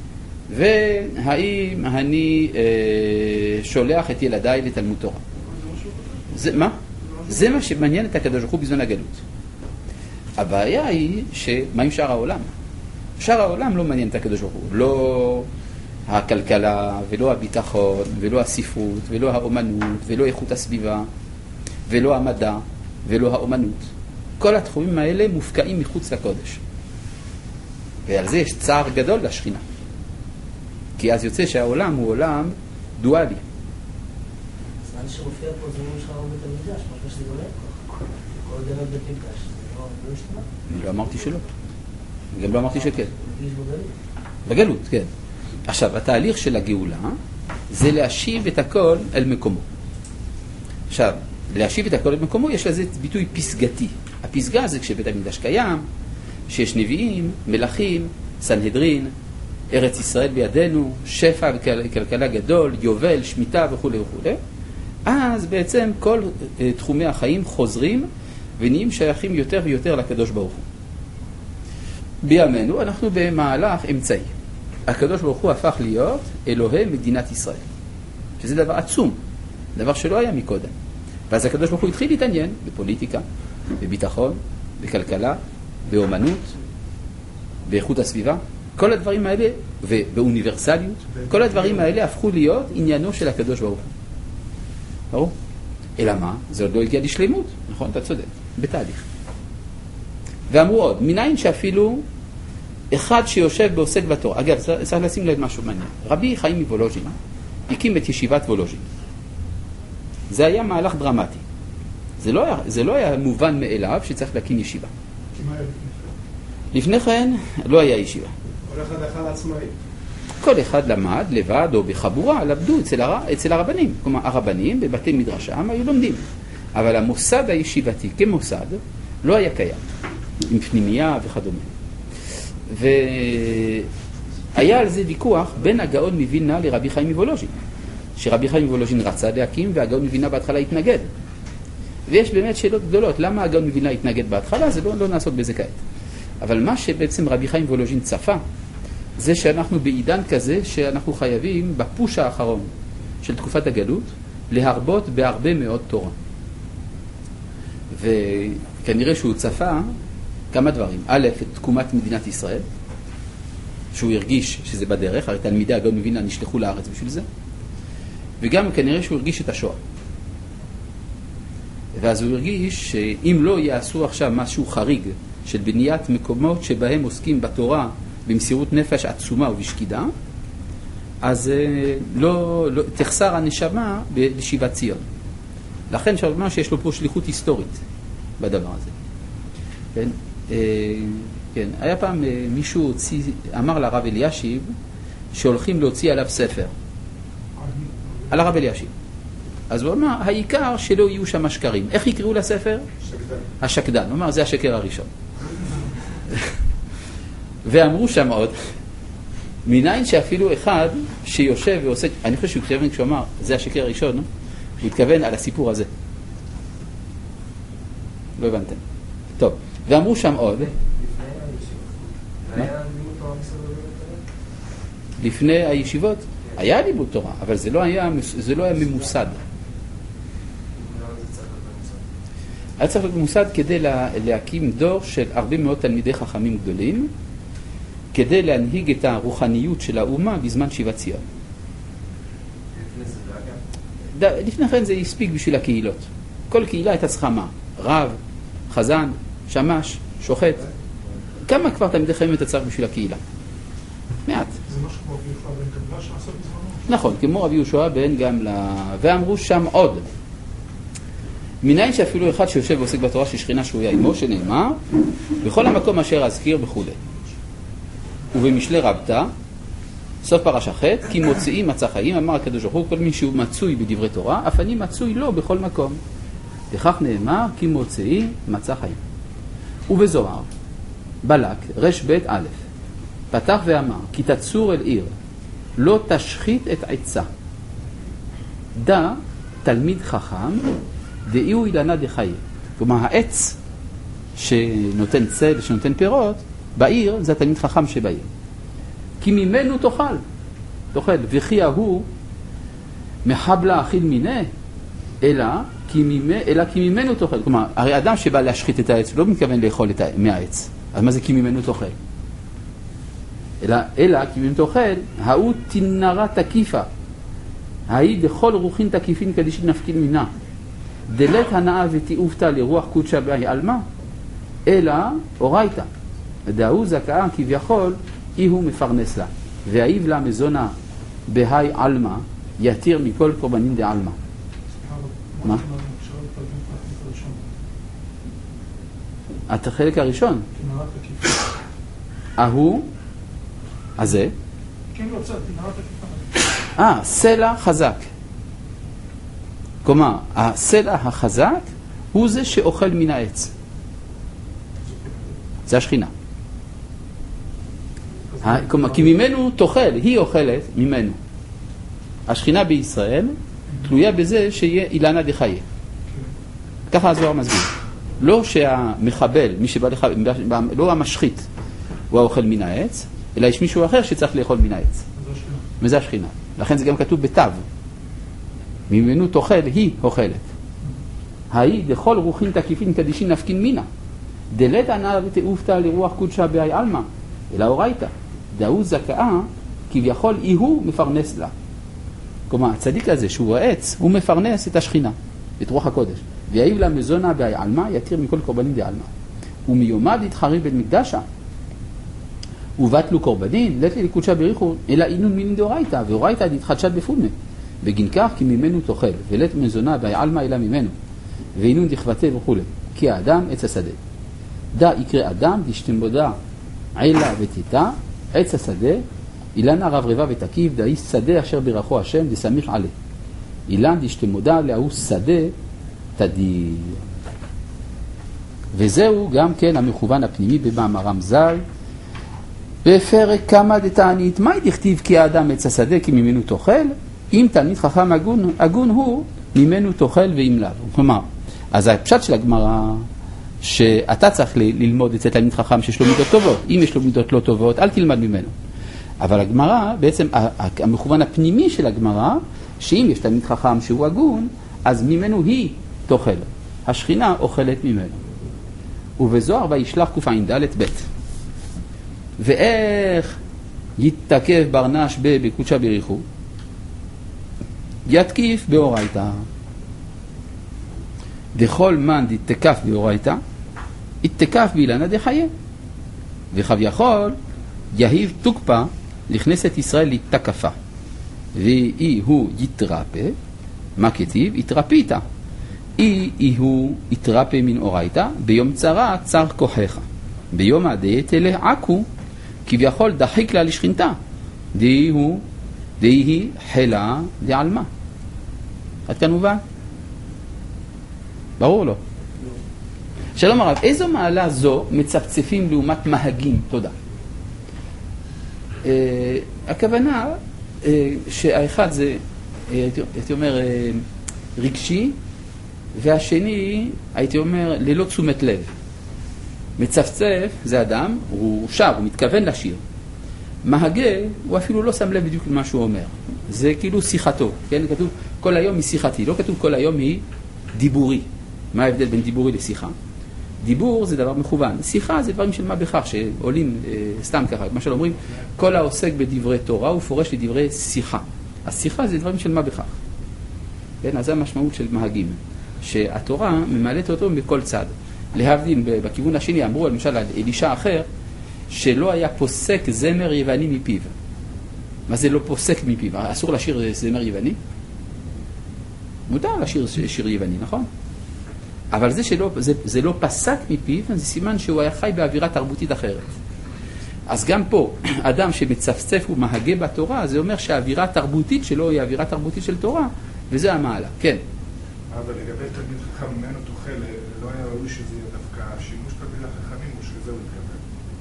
והאם אני שולח את ילדיי לתלמוד תורה. מה? זה מה שמעניין את הקדוש ברוך הוא בזמן הגלות. הבעיה היא שמה עם שאר העולם? שאר העולם לא מעניין את הקדוש ברוך הוא. לא הכלכלה, ולא הביטחון, ולא הספרות, ולא האומנות, ולא איכות הסביבה, ולא המדע, ולא האומנות. כל התחומים האלה מופקעים מחוץ לקודש. ועל זה יש צער גדול לשכינה. כי אז יוצא שהעולם הוא עולם דואלי. אז מה שמופיע פה זה מול שחר בית המקדש, משהו שזה לא כוח. כל עוד אין בית מקדש, זה לא השתנה. אני לא אמרתי שלא. גם לא אמרתי שכן. מגיש בגלות. בגלות, כן. עכשיו, התהליך של הגאולה זה להשיב את הכל אל מקומו. עכשיו, להשיב את הכל אל מקומו יש לזה ביטוי פסגתי. הפסגה זה כשבית המקדש קיים, שיש נביאים, מלכים, סנהדרין, ארץ ישראל בידינו, שפע וכלכלה גדול, יובל, שמיטה וכו' וכו'. אז בעצם כל תחומי החיים חוזרים ונהיים שייכים יותר ויותר לקדוש ברוך הוא. בימינו אנחנו במהלך אמצעי. הקדוש ברוך הוא הפך להיות אלוהי מדינת ישראל. שזה דבר עצום, דבר שלא היה מקודם. ואז הקדוש ברוך הוא התחיל להתעניין בפוליטיקה, בביטחון, בכלכלה, באומנות, באיכות הסביבה. כל הדברים האלה, ובאוניברסליות, כל הדברים האלה הפכו להיות עניינו של הקדוש ברוך הוא. ברור? אלא מה? זה עוד לא הגיע לשלמות. נכון? אתה צודק. בתהליך. ואמרו עוד, מניין שאפילו אחד שיושב ועוסק בתורה. אגב, צריך לשים לב משהו מעניין. רבי חיים מוולוז'ין הקים את ישיבת וולוז'ין. זה היה מהלך דרמטי. זה לא היה מובן מאליו שצריך להקים ישיבה. לפני כן לא היה ישיבה. כל אחד אכל עצמאי. כל אחד למד לבד או בחבורה, למדו אצל הרבנים. כלומר, הרבנים בבתי מדרשם היו לומדים. אבל המוסד הישיבתי כמוסד לא היה קיים. עם פנימייה וכדומה. והיה על זה ויכוח בין הגאון מווילנה לרבי חיים מוולוז'ין. שרבי חיים מוולוז'ין רצה להקים והגאון מווילנה בהתחלה התנגד. ויש באמת שאלות גדולות. למה הגאון מווילנה התנגד בהתחלה? זה לא נעסוק בזה כעת. אבל מה שבעצם רבי חיים מוולוז'ין צפה, זה שאנחנו בעידן כזה שאנחנו חייבים בפוש האחרון של תקופת הגלות להרבות בהרבה מאוד תורה. וכנראה שהוא צפה כמה דברים. א', את תקומת מדינת ישראל, שהוא הרגיש שזה בדרך, הרי תלמידי הגאון מווילנה נשלחו לארץ בשביל זה, וגם כנראה שהוא הרגיש את השואה. ואז הוא הרגיש שאם לא יעשו עכשיו משהו חריג של בניית מקומות שבהם עוסקים בתורה במסירות נפש עצומה ובשקידה, אז לא תחסר הנשמה בשיבת ציון. לכן שאומר שיש לו פה שליחות היסטורית בדבר הזה. כן? כן. היה פעם מישהו אמר לרב אלישיב שהולכים להוציא עליו ספר. על הרב אלישיב. אז הוא אמר, העיקר שלא יהיו שם שקרים. איך יקראו לספר? שקדן. השקדן. הוא אמר, זה השקר הראשון. ואמרו שם עוד, מניין שאפילו אחד שיושב ועושה, אני חושב שהוא התכוון כשהוא אמר, זה השקר הראשון, הוא התכוון על הסיפור הזה. לא הבנתם. טוב, ואמרו שם עוד. לפני הישיבות היה לימוד תורה, אבל זה לא היה ממוסד. היה צריך להיות ממוסד כדי להקים דור של הרבה מאוד תלמידי חכמים גדולים, כדי להנהיג את הרוחניות של האומה בזמן שיבת ציון. לפני כן זה הספיק בשביל הקהילות. כל קהילה הייתה צריכה מה? רב, חזן, שמש, שוחט. כמה כבר תלמידי חכמים אתה צריך בשביל הקהילה? מעט. זה משהו כמו רבי יהושע בן גמלא שעשה בזמנו? נכון, כמו רבי יהושע בן גמלא. ואמרו שם עוד. מניין שאפילו אחד שיושב ועוסק בתורה ששכינה שרויה עמו, שנאמר, בכל המקום אשר אזכיר וכו'. ובמשלי רבתא, סוף פרשה ח', כי מוציאים מצא חיים, אמר הקדוש ברוך הוא, כל מי שהוא מצוי בדברי תורה, אף אני מצוי לו בכל מקום. וכך נאמר, כי מוציאים מצא חיים. ובזוהר, בלק, רש בית א', פתח ואמר, כי תצור אל עיר, לא תשחית את עצה. דע תלמיד חכם, דאיהו אילנה דחיה. כלומר, העץ שנותן צל, שנותן פירות, בעיר זה התלמיד חכם שבעיר. כי ממנו תאכל, וכי ההוא מחבלה אכיל מיני, אלא כי ממנו תאכל. כלומר, הרי אדם שבא להשחית את העץ, לא מתכוון לאכול מהעץ. אז מה זה כי ממנו תאכל? אלא כי ממנו תאכל, ההוא תנרה תקיפה, ההיא דכל רוחין תקיפין קדישין נפקיל מינה. דלת הנאה ותיעובתה לרוח קודשה בהי אלמה, אלא אורייתא. דאו זכאה כביכול, אי הוא מפרנס לה. והאיב לה מזונה בהי עלמא, יתיר מכל קורבנין דעלמא. מה? את החלק הראשון. ההוא, הזה. כן, לא צד, תנהרת הכיפה. סלע חזק. כלומר, הסלע החזק הוא זה שאוכל מן העץ. זה השכינה. כלומר, כי ממנו תאכל, היא אוכלת ממנו. השכינה בישראל תלויה בזה שיהיה אילנה דחיה. ככה הזוהר מסביר. לא שהמחבל, מי שבא לא המשחית, הוא האוכל מן העץ, אלא יש מישהו אחר שצריך לאכול מן העץ. וזה השכינה. לכן זה גם כתוב בתו. ממנו תאכל, היא אוכלת. ההיא דכל רוחין תקיפין קדישין נפקין מינה. דלת ענה ותעופתה לרוח קודשה בהי עלמא. אלא אורייתא. דאו זכאה, כביכול אי הוא מפרנס לה. כלומר, הצדיק הזה שהוא העץ, הוא מפרנס את השכינה, את רוח הקודש. ויעיב לה מזונה בהי עלמא, יתיר מכל קורבנין דעלמא. ומיומד יתחריב בית מקדשה. ובטלו קורבנין, לית לי לקודשה בריחו, אלא אינון מינין דאורייתא, ואורייתא דתחדשת בפולמה. בגין כך כי ממנו תאכל, ולית מזונה בהי עלמא אלא ממנו. ואינון דכבתה וכו'. כי האדם עץ השדה. דא יקרא אדם, דשתמבודה עילה ותיתה, עץ השדה, אילנה רב רבה ותקיב, דאי שדה אשר ברכו השם, דסמיך עלה. אילן דשתמודה להוא שדה תדיר. וזהו גם כן המכוון הפנימי במאמרם ז"ל, בפרק כמה דתענית, מה דכתיב כי האדם עץ השדה כי ממנו תאכל? אם תלמיד חכם הגון הוא, ממנו תאכל ואם לאו. כלומר, אז הפשט של הגמרא, שאתה צריך ללמוד אצל תלמיד חכם שיש לו מידות טובות. אם יש לו מידות לא טובות, אל תלמד ממנו. אבל הגמרא, בעצם המכוון הפנימי של הגמרא, שאם יש תלמיד חכם שהוא הגון, אז ממנו היא תאכל. השכינה אוכלת ממנו. ובזוהר וישלח קע"ד ב' ואיך יתקף ברנש בקודשה בריחו? יתקיף באורייתא. דכל מן דתקף באורייתא, יתקף באילנה דחיה. וכביכול יהיב תוקפה לכנסת ישראל להתקפה. ואי הוא יתרפא, מה כתיב? יתרפית. אי הוא יתרפא מן אורייתא, ביום צרה צר כוחך. ביום הדעת אלה עקו, כביכול דחיק לה לשכינתה. דהי חילה דעלמה. עד כאן מובן? ברור לו. שלום הרב, איזו מעלה זו מצפצפים לעומת מהגים? תודה. הכוונה שהאחד זה, הייתי אומר, רגשי, והשני, הייתי אומר, ללא תשומת לב. מצפצף זה אדם, הוא שר, הוא מתכוון לשיר. מהגה, הוא אפילו לא שם לב בדיוק למה שהוא אומר. זה כאילו שיחתו, כן? כתוב כל היום היא שיחתי, לא כתוב כל היום היא דיבורי. מה ההבדל בין דיבורי לשיחה? דיבור זה דבר מכוון, שיחה זה דברים של מה בכך, שעולים סתם ככה, מה שאומרים, כל העוסק בדברי תורה הוא פורש לדברי שיחה. השיחה זה דברים של מה בכך. כן? אז זה המשמעות של מהגים, שהתורה ממלאת אותו בכל צד. להבדיל, בכיוון השני אמרו למשל על אלישע אחר, שלא היה פוסק זמר יווני מפיו. מה זה לא פוסק מפיו? אסור לשיר זמר יווני? מותר לשיר שיר יווני, נכון? אבל זה לא פסק מפיו, זה סימן שהוא היה חי באווירה תרבותית אחרת. אז גם פה, אדם שמצפצף ומהגה בתורה, זה אומר שהאווירה התרבותית שלו היא האווירה תרבותית של תורה, וזה המעלה, כן. אבל לגבי תלמיד חכם ממנו תאכל, לא היה ראוי שזה יהיה דווקא שימוש תלמיד החכמים, או שזה הוא מתכוון?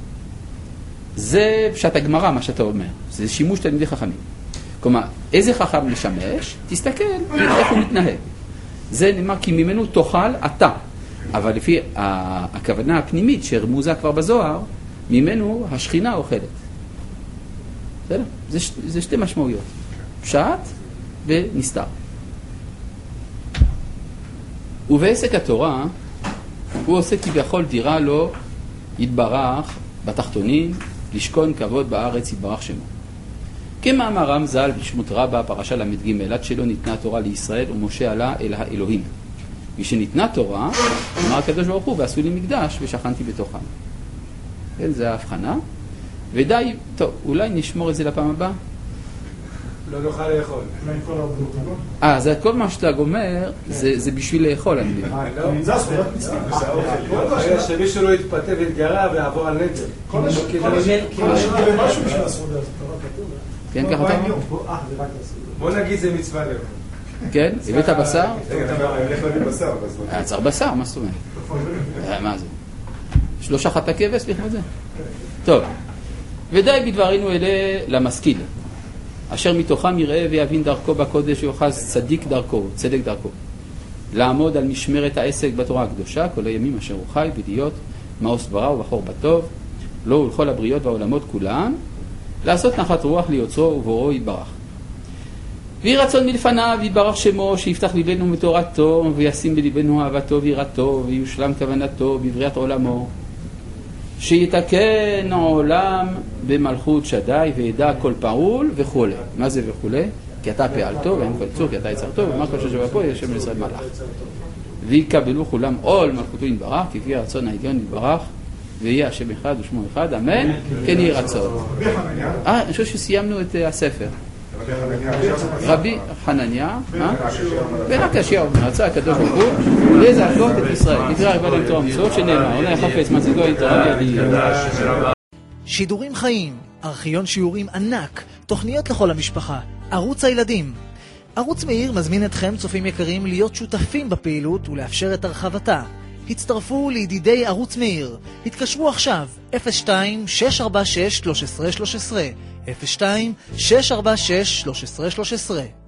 זה פשט הגמרא, מה שאתה אומר. זה שימוש תלמידי חכמים. כלומר, איזה חכם לשמש? תסתכל איך הוא מתנהל. זה נאמר כי ממנו תאכל אתה. אבל לפי הכוונה הפנימית שרמוזה כבר בזוהר, ממנו השכינה אוכלת. בסדר? זה שתי משמעויות. פשט ונסתר. ובעסק התורה, הוא עושה כביכול דירה לו יתברך בתחתונים, לשכון כבוד בארץ יתברך שמו. כמאמרם ז"ל בשמות רבה, פרשה ל"ג, עד שלא ניתנה תורה לישראל ומשה עלה אל האלוהים. משניתנה תורה, אמר הקדוש ברוך הוא, ועשו לי מקדש ושכנתי בתוכם. כן, זה ההבחנה. ודי, טוב, אולי נשמור את זה לפעם הבאה? לא נוכל לאכול. זה כל מה שאתה גומר, זה בשביל לאכול, אני מבין. זה הסחורת מצווה. שמישהו לא יתפתה ויתגרה ויעבור על נטל. כל השאלה משהו בשביל הסחורת הזאת. כן, ככה אתה אומר? בוא נגיד זה מצווה לאכול. כן, הבאת בשר? אתה הולך להביא בשר. צריך בשר, מה זאת אומרת? מה זה? 3 חטא כבש לכבוד זה? טוב, ודי בדברינו אלה למשכיל, אשר מתוכם יראה ויבין דרכו בקודש ויוחז צדיק דרכו, צדק דרכו. לעמוד על משמרת העסק בתורה הקדושה, כל הימים אשר הוא חי, ולהיות מאוס ברא ובחור בטוב, לו ולכל הבריות והעולמות כולם, לעשות נחת רוח ליוצרו ובוראו יתברך. ויהי רצון מלפניו, יתברך שמו, שיפתח ליבנו מתורתו, וישים בליבנו אהבתו ויראתו, ויושלם כוונתו בבריאת עולמו. שיתקן העולם במלכות שדי, וידע כל פעול וכו'. מה זה וכו'? כי אתה פעלתו, ואין כל צור, כי אתה יצרתו, ומה כל ששווה פה, יש שם לישראל מלאך. ויקבלו כולם עול מלכותו יתברך, כפי הרצון העליון יתברך, ויהיה השם אחד ושמו אחד, אמן, כן יהי רצון. אני חושב שסיימנו את הספר. רבי חנניה, בן הקשיא אומר, רצה הקדוש ברוך הוא לזכות את ישראל, נקרא רבה להם תורה ומצוות שנאמר, עונה חפץ מצגו אין תורה בידי. שידורים חיים, ארכיון שיעורים ענק, תוכניות לכל המשפחה, ערוץ הילדים. ערוץ מאיר מזמין אתכם, צופים יקרים, להיות שותפים בפעילות ולאפשר את הרחבתה. הצטרפו לידידי ערוץ מאיר. התקשרו עכשיו 02-646-1313 02-646-1313